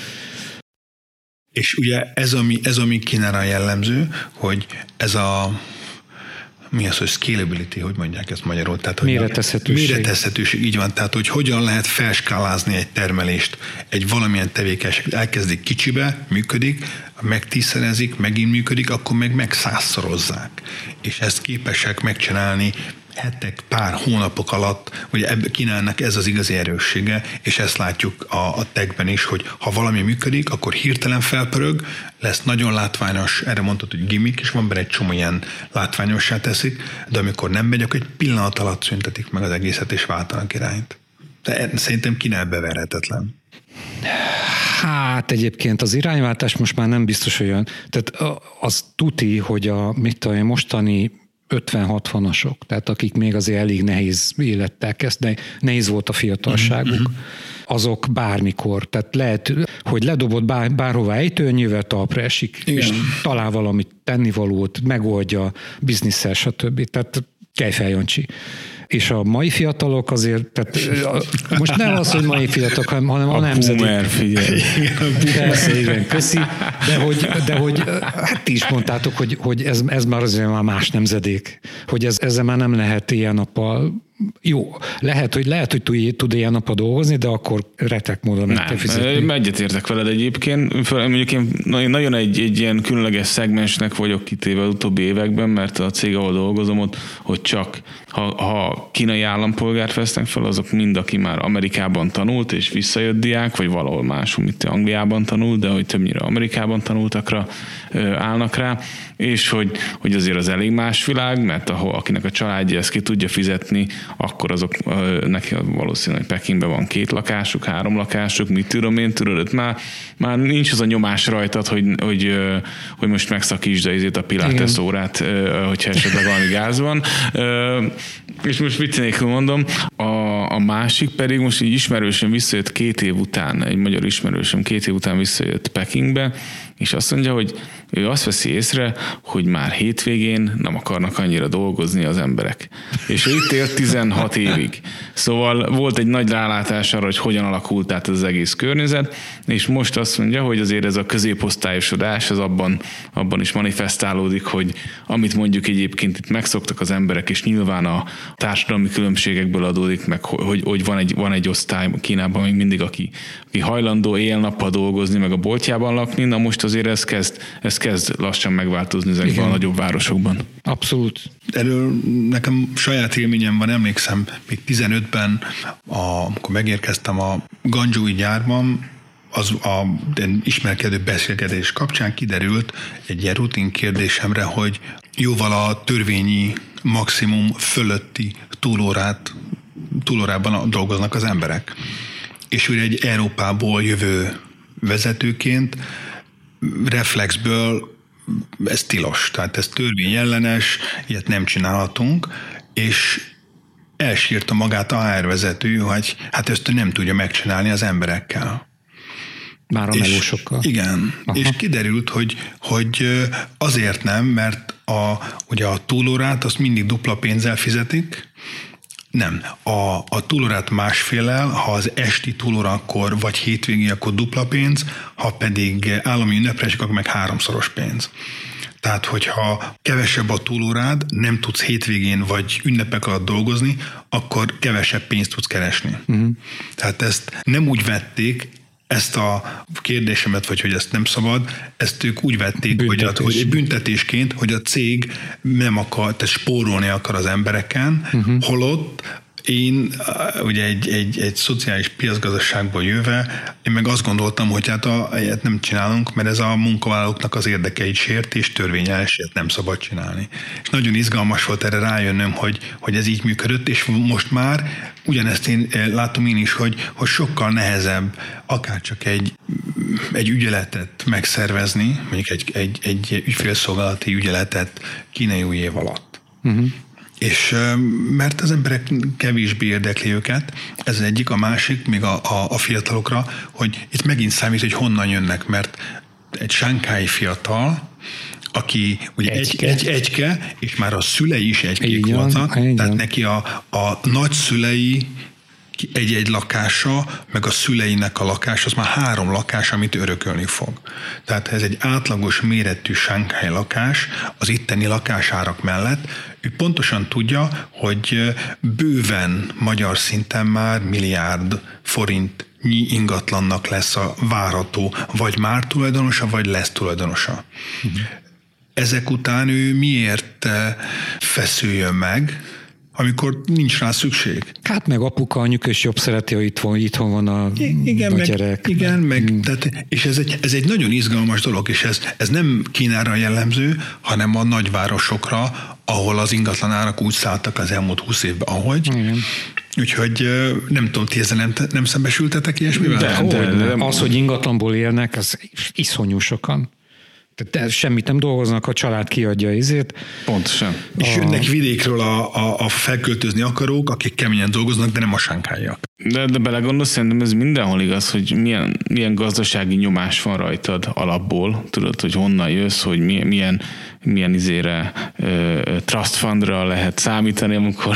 És ugye ez, ami, ez, ami Kínára jellemző, hogy ez a mi az, hogy scalability, hogy mondják ezt magyarul? Tehát, méretezhetőség. Méretezhetőség, így van. Tehát, hogy hogyan lehet felskálázni egy termelést, egy valamilyen tevékenység elkezdik kicsibe, működik, megtízszerezik, megint működik, akkor meg megszázszorozzák. És ezt képesek megcsinálni hetek, pár hónapok alatt, ugye Kínának ez az igazi erőssége, és ezt látjuk a, a techben is, hogy ha valami működik, akkor hirtelen felpörög, lesz nagyon látványos, erre mondtad, hogy gimmick, és van benne egy csomó ilyen látványossá teszik, de amikor nem megy, akkor egy pillanat alatt szüntetik meg az egészet, és váltanak irányt. De szerintem Kína beverhetetlen. Hát egyébként az irányváltás most már nem biztos olyan. Tehát az tuti, hogy a mit tudom, mostani ötven-hatvanasok, tehát akik még azért elég nehéz élettel kezdtek, nehéz volt a fiatalságuk, uh-huh. azok bármikor, tehát lehet, hogy ledobott bár, bárhova ejtőnyővel, talpra esik, igen. és talál valamit tennivalót, megoldja bizniszel, stb. Tehát Kejfel Jancsi. És a mai fiatalok azért, tehát most nem az, hogy mai fiatalok, hanem a, a nemzedék. Boomer, figyelj. Persze, igen, köszi. De hogy, de hogy hát ti is mondtátok, hogy, hogy ez, ez már azért már más nemzedék. Hogy ez, ezzel már nem lehet ilyen nappal. Jó, lehet, hogy, lehet, hogy tud, tud ilyen napra dolgozni, de akkor retek módon meg kell fizetni. Egyetértek veled egyébként. Mondjuk én nagyon egy, egy ilyen különleges szegmensnek vagyok kitéve az utóbbi években, mert a cég, ahol dolgozom, ott, hogy csak ha, ha kínai állampolgárt vesznek fel, azok mind, aki már Amerikában tanult, és visszajött diák, vagy valahol máshol, mint Angliában tanult, de hogy többnyire Amerikában tanultakra állnak rá, és hogy, hogy azért az elég más világ, mert ahol, akinek a családja ezt ki tudja fizetni, akkor azok neki valószínűleg Pekingben van két lakásuk, három lakásuk, mit tudom én, tudod, már, már nincs az a nyomás rajtad, hogy, hogy, hogy most megszakítsd a, a pilates órát, hogyha esetleg valami gáz van. És most vicc nélkül mondom, a, a másik pedig most egy ismerősöm visszajött két év után, egy magyar ismerősöm két év után visszajött Pekingbe, és azt mondja, hogy ő azt veszi észre, hogy már hétvégén nem akarnak annyira dolgozni az emberek. És ő itt élt tizenhat évig. Szóval volt egy nagy rálátás arra, hogy hogyan alakult át az egész környezet, és most azt mondja, hogy azért ez a középosztályosodás, az abban, abban is manifestálódik, hogy amit mondjuk egyébként itt megszoktak az emberek, és nyilván a társadalmi különbségekből adódik meg, hogy, hogy van, egy, van egy osztály Kínában még mindig, aki, aki hajlandó éjjel-nappal dolgozni, meg a boltjában lakni, na most azért ez kezd, ez kezd lassan megváltozni ezekben a nagyobb városokban. Abszolút. Erről nekem saját élményem van, emlékszem, még tizenötben, a, amikor megérkeztem a Ganzsói gyárban, az a ismerkedő beszélgetés kapcsán kiderült egy ilyen rutin kérdésemre, hogy jóval a törvényi maximum fölötti túlórát, túlórában dolgoznak az emberek. És ugye egy Európából jövő vezetőként reflexből ez tilos, tehát ez törvényellenes, ilyet nem csinálhatunk, és elsírta magát a há er vezető, hogy hát ezt nem tudja megcsinálni az emberekkel. Már a melósokkal. Igen, aha. És kiderült, hogy, hogy azért nem, mert a, ugye a túlórát azt mindig dupla pénzzel fizetik, nem. A, a túlórát másfélel, ha az esti túlóra akkor vagy hétvégi, akkor dupla pénz, ha pedig állami ünnepre esik, akkor meg háromszoros pénz. Tehát, hogyha kevesebb a túlórád, nem tudsz hétvégén vagy ünnepek alatt dolgozni, akkor kevesebb pénzt tudsz keresni. Uh-huh. Tehát ezt nem úgy vették, ezt a kérdésemet, vagy hogy ezt nem szabad, ezt ők úgy vették, hogy, a, hogy büntetésként, hogy a cég nem akar, tehát spórolni akar az embereken, uh-huh. holott Én ugye egy, egy, egy szociális piacgazdaságból jöve, én meg azt gondoltam, hogy hát a, ilyet nem csinálunk, mert ez a munkavállalóknak az érdekeit sérti, és törvényellenes ilyet nem szabad csinálni. És nagyon izgalmas volt erre rájönnöm, hogy, hogy ez így működött, és most már ugyanezt én látom én is, hogy, hogy sokkal nehezebb akárcsak egy, egy ügyeletet megszervezni, mondjuk egy, egy, egy ügyfélszolgálati ügyeletet kínai új év alatt. Uh-huh. És mert az emberek kevésbé érdekli őket, ez egyik, a másik, még a, a, a fiatalokra, hogy itt megint számít, hogy honnan jönnek, mert egy sánkái fiatal, aki ugye egyke. Egy, egy, egyke, és már a szülei is egykék voltak, tehát neki a, a nagyszülei egy-egy lakása, meg a szüleinek a lakás, az már három lakás, amit örökölni fog. Tehát ez egy átlagos méretű sánkháj lakás az itteni lakásárak mellett. Ő pontosan tudja, hogy bőven magyar szinten már milliárd forintnyi ingatlannak lesz a várható, vagy már tulajdonosa, vagy lesz tulajdonosa. Uh-huh. Ezek után ő miért feszüljön meg, amikor nincs rá szükség? Hát meg apuka, anyuka is jobb szereti, hogy itthon, itthon van a, igen, a meg, gyerek. Igen, meg, hmm. tehát, és ez egy, ez egy nagyon izgalmas dolog, és ez, ez nem Kínára jellemző, hanem a nagyvárosokra, ahol az ingatlanárak úgy szálltak az elmúlt húsz évben, ahogy. Igen. Úgyhogy nem tudom, ti ezzel nem, nem szembesültetek ilyesmivel? De, de, de, de, az, hogy ingatlanból élnek, az iszonyú sokan. Tehát semmit nem dolgoznak, a család kiadja izét. Pontosan. És jönnek vidékről a, a, a felköltözni akarók, akik keményen dolgoznak, de nem a sánkáiak. De, de belegondolsz, szerintem ez mindenhol igaz, hogy milyen, milyen gazdasági nyomás van rajtad alapból. Tudod, hogy honnan jössz, hogy milyen, milyen, milyen izére uh, trust fundra lehet számítani, amikor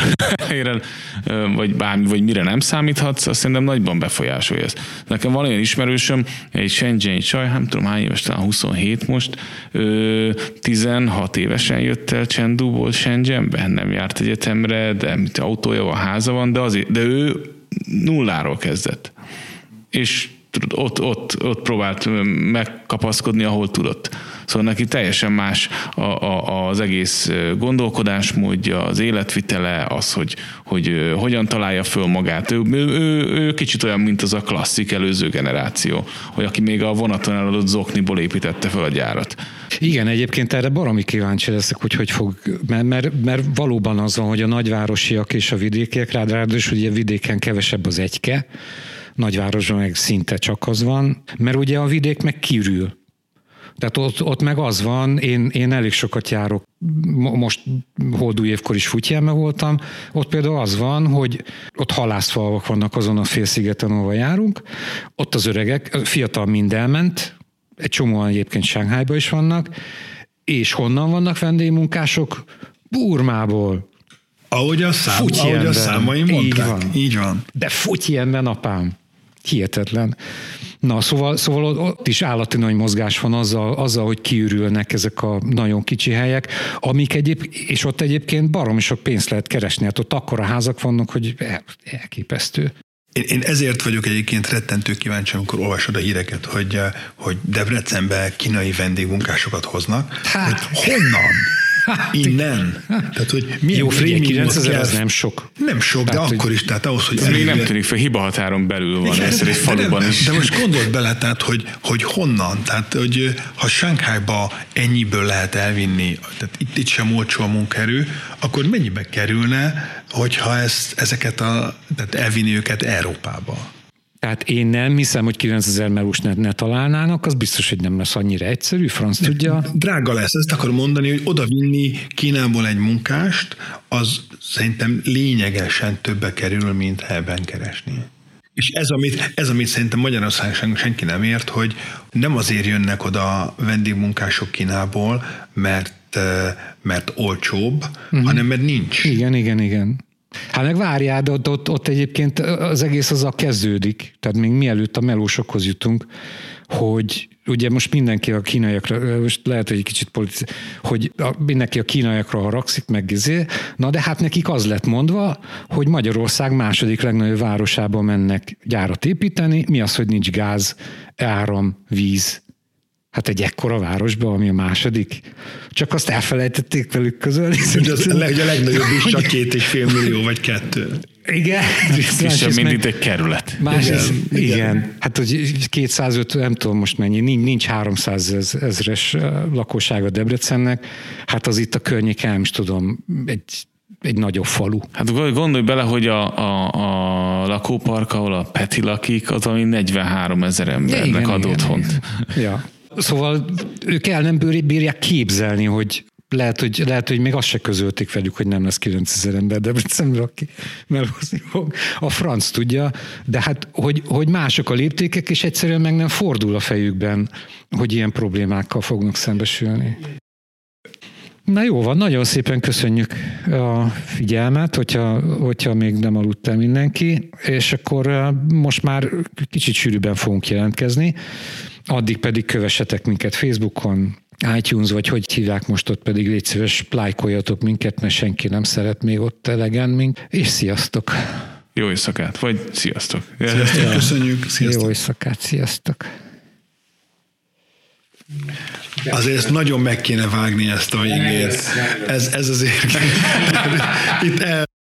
uh, vagy bármi, vagy mire nem számíthatsz, azt szerintem nagyban befolyásolja ezt. Nekem van olyan ismerősöm, egy shenzheni csaj, nem tudom hány éves, talán huszonhét most, uh, tizenhat évesen jött el Chengduból Shenzhenbe, nem járt egyetemre, de mit, autója van, háza van, de, azért, de ő nulláról kezdett. És ott, ott, ott próbált megkapaszkodni, ahol tudott. Szóval neki teljesen más a, a, az egész gondolkodásmódja, az életvitele, az, hogy, hogy hogyan találja föl magát. Ő, ő, ő, ő kicsit olyan, mint az a klasszik előző generáció, hogy aki még a vonaton eladott zokniból építette föl a gyárat. Igen, egyébként erre baromi kíváncsi leszek, hogy hogy fog, mert, mert, mert valóban az van, hogy a nagyvárosiak és a vidékiek, ráadásul ugye vidéken kevesebb az egyke, nagyvárosban meg szinte csak az van, mert ugye a vidék meg kiürül. Tehát ott, ott meg az van, én, én elég sokat járok, most holdúj évkor is Futyjenbe voltam, ott például az van, hogy ott halászfalvak vannak azon a félszigeten, ahol járunk, ott az öregek, fiatal mind elment, egy csomóan egyébként Sánghájban is vannak, és honnan vannak vendégmunkások? Burmából. Ahogy a, szám, ahogy a számaim mondták. Így van. Így van. De Futyjenben, apám. Hihetetlen. Na, szóval, szóval ott is állati nagy mozgás van azzal, azzal, hogy kiürülnek ezek a nagyon kicsi helyek, amik egyéb, és ott egyébként baromi sok pénzt lehet keresni. Hát ott akkora házak vannak, hogy elképesztő. Én, én ezért vagyok egyébként rettentő kíváncsi, amikor olvasod a híreket, hogy, hogy Debrecenbe kínai vendégmunkásokat hoznak. Hát. Hogy honnan? Innen. Tehát, hogy milyen jó, figyelj, kilencezer az nem sok. Nem sok, tehát, de akkor is, tehát ahhoz, hogy... Ez még nem tűnik fel, hibahatáron belül van, ez egy faluban de, is. De most gondold bele, tehát, hogy, hogy honnan, tehát, hogy ha Sánkhájba ennyiből lehet elvinni, tehát itt, itt sem olcsó a munkaerő, akkor mennyibe kerülne, hogyha ezt, ezeket a, tehát elvinni őket Európába? Tehát én nem hiszem, hogy kilencezer melós ne, ne találnának, az biztos, hogy nem lesz annyira egyszerű, franc tudja. Drága lesz, ezt akarom mondani, hogy odavinni Kínából egy munkást, az szerintem lényegesen többe kerül, mint ebben keresni. És ez amit, ez, amit szerintem Magyarországon senki nem ért, hogy nem azért jönnek oda vendégmunkások Kínából, mert, mert olcsóbb, uh-huh. hanem mert nincs. Igen, igen, igen. Hát meg várjál, de ott, ott, ott egyébként az egész azzal kezdődik, tehát még mielőtt a melósokhoz jutunk, hogy ugye most mindenki a kínaiakra, most lehet, hogy egy kicsit politikai, hogy mindenki a kínaiakra haragszik, meg izé, na de hát nekik az lett mondva, hogy Magyarország második legnagyobb városába mennek gyárat építeni, mi az, hogy nincs gáz, áram, víz. Hát egy ekkora városban, ami a második. Csak azt elfelejtették velük közölni. Hogy az, a legnagyobb is csak két és fél millió, vagy kettő. Igen. Kisebb, mint itt egy kerület. Másrészt, igen, igen. igen. Hát, hogy kétszázötven, nem tudom most mennyi, nincs, nincs háromszázezres lakossága Debrecennek, hát az itt a környéken, nem is tudom, egy, egy nagyobb falu. Hát gondolj bele, hogy a, a, a lakópark, ahol a Peti lakik, az ami negyvenhárom ezer embernek igen, ad igen, otthont. Igen. Ja. Szóval ők el nem bírják képzelni, hogy lehet, hogy, lehet, hogy még azt se közölték velük, hogy nem lesz kilencezer ember Debrecenben, aki melózni fog. A franc tudja, de hát, hogy, hogy mások a léptékek, és egyszerűen meg nem fordul a fejükben, hogy ilyen problémákkal fognak szembesülni. Na jó van, nagyon szépen köszönjük a figyelmet, hogyha, hogyha még nem aludtál mindenki, és akkor most már kicsit sűrűbben fogunk jelentkezni, addig pedig kövessetek minket Facebookon, iTunes, vagy hogy hívják most ott, pedig légy szíves, lájkoljatok minket, mert senki nem szeret még ott elegen mink, és sziasztok! Jó éjszakát, vagy sziasztok! Sziasztok, ja. Köszönjük! Sziasztok. Jó éjszakát, sziasztok! Azért ezt nagyon meg kéne vágni, ezt a végét. Ez, ez azért... Itt el...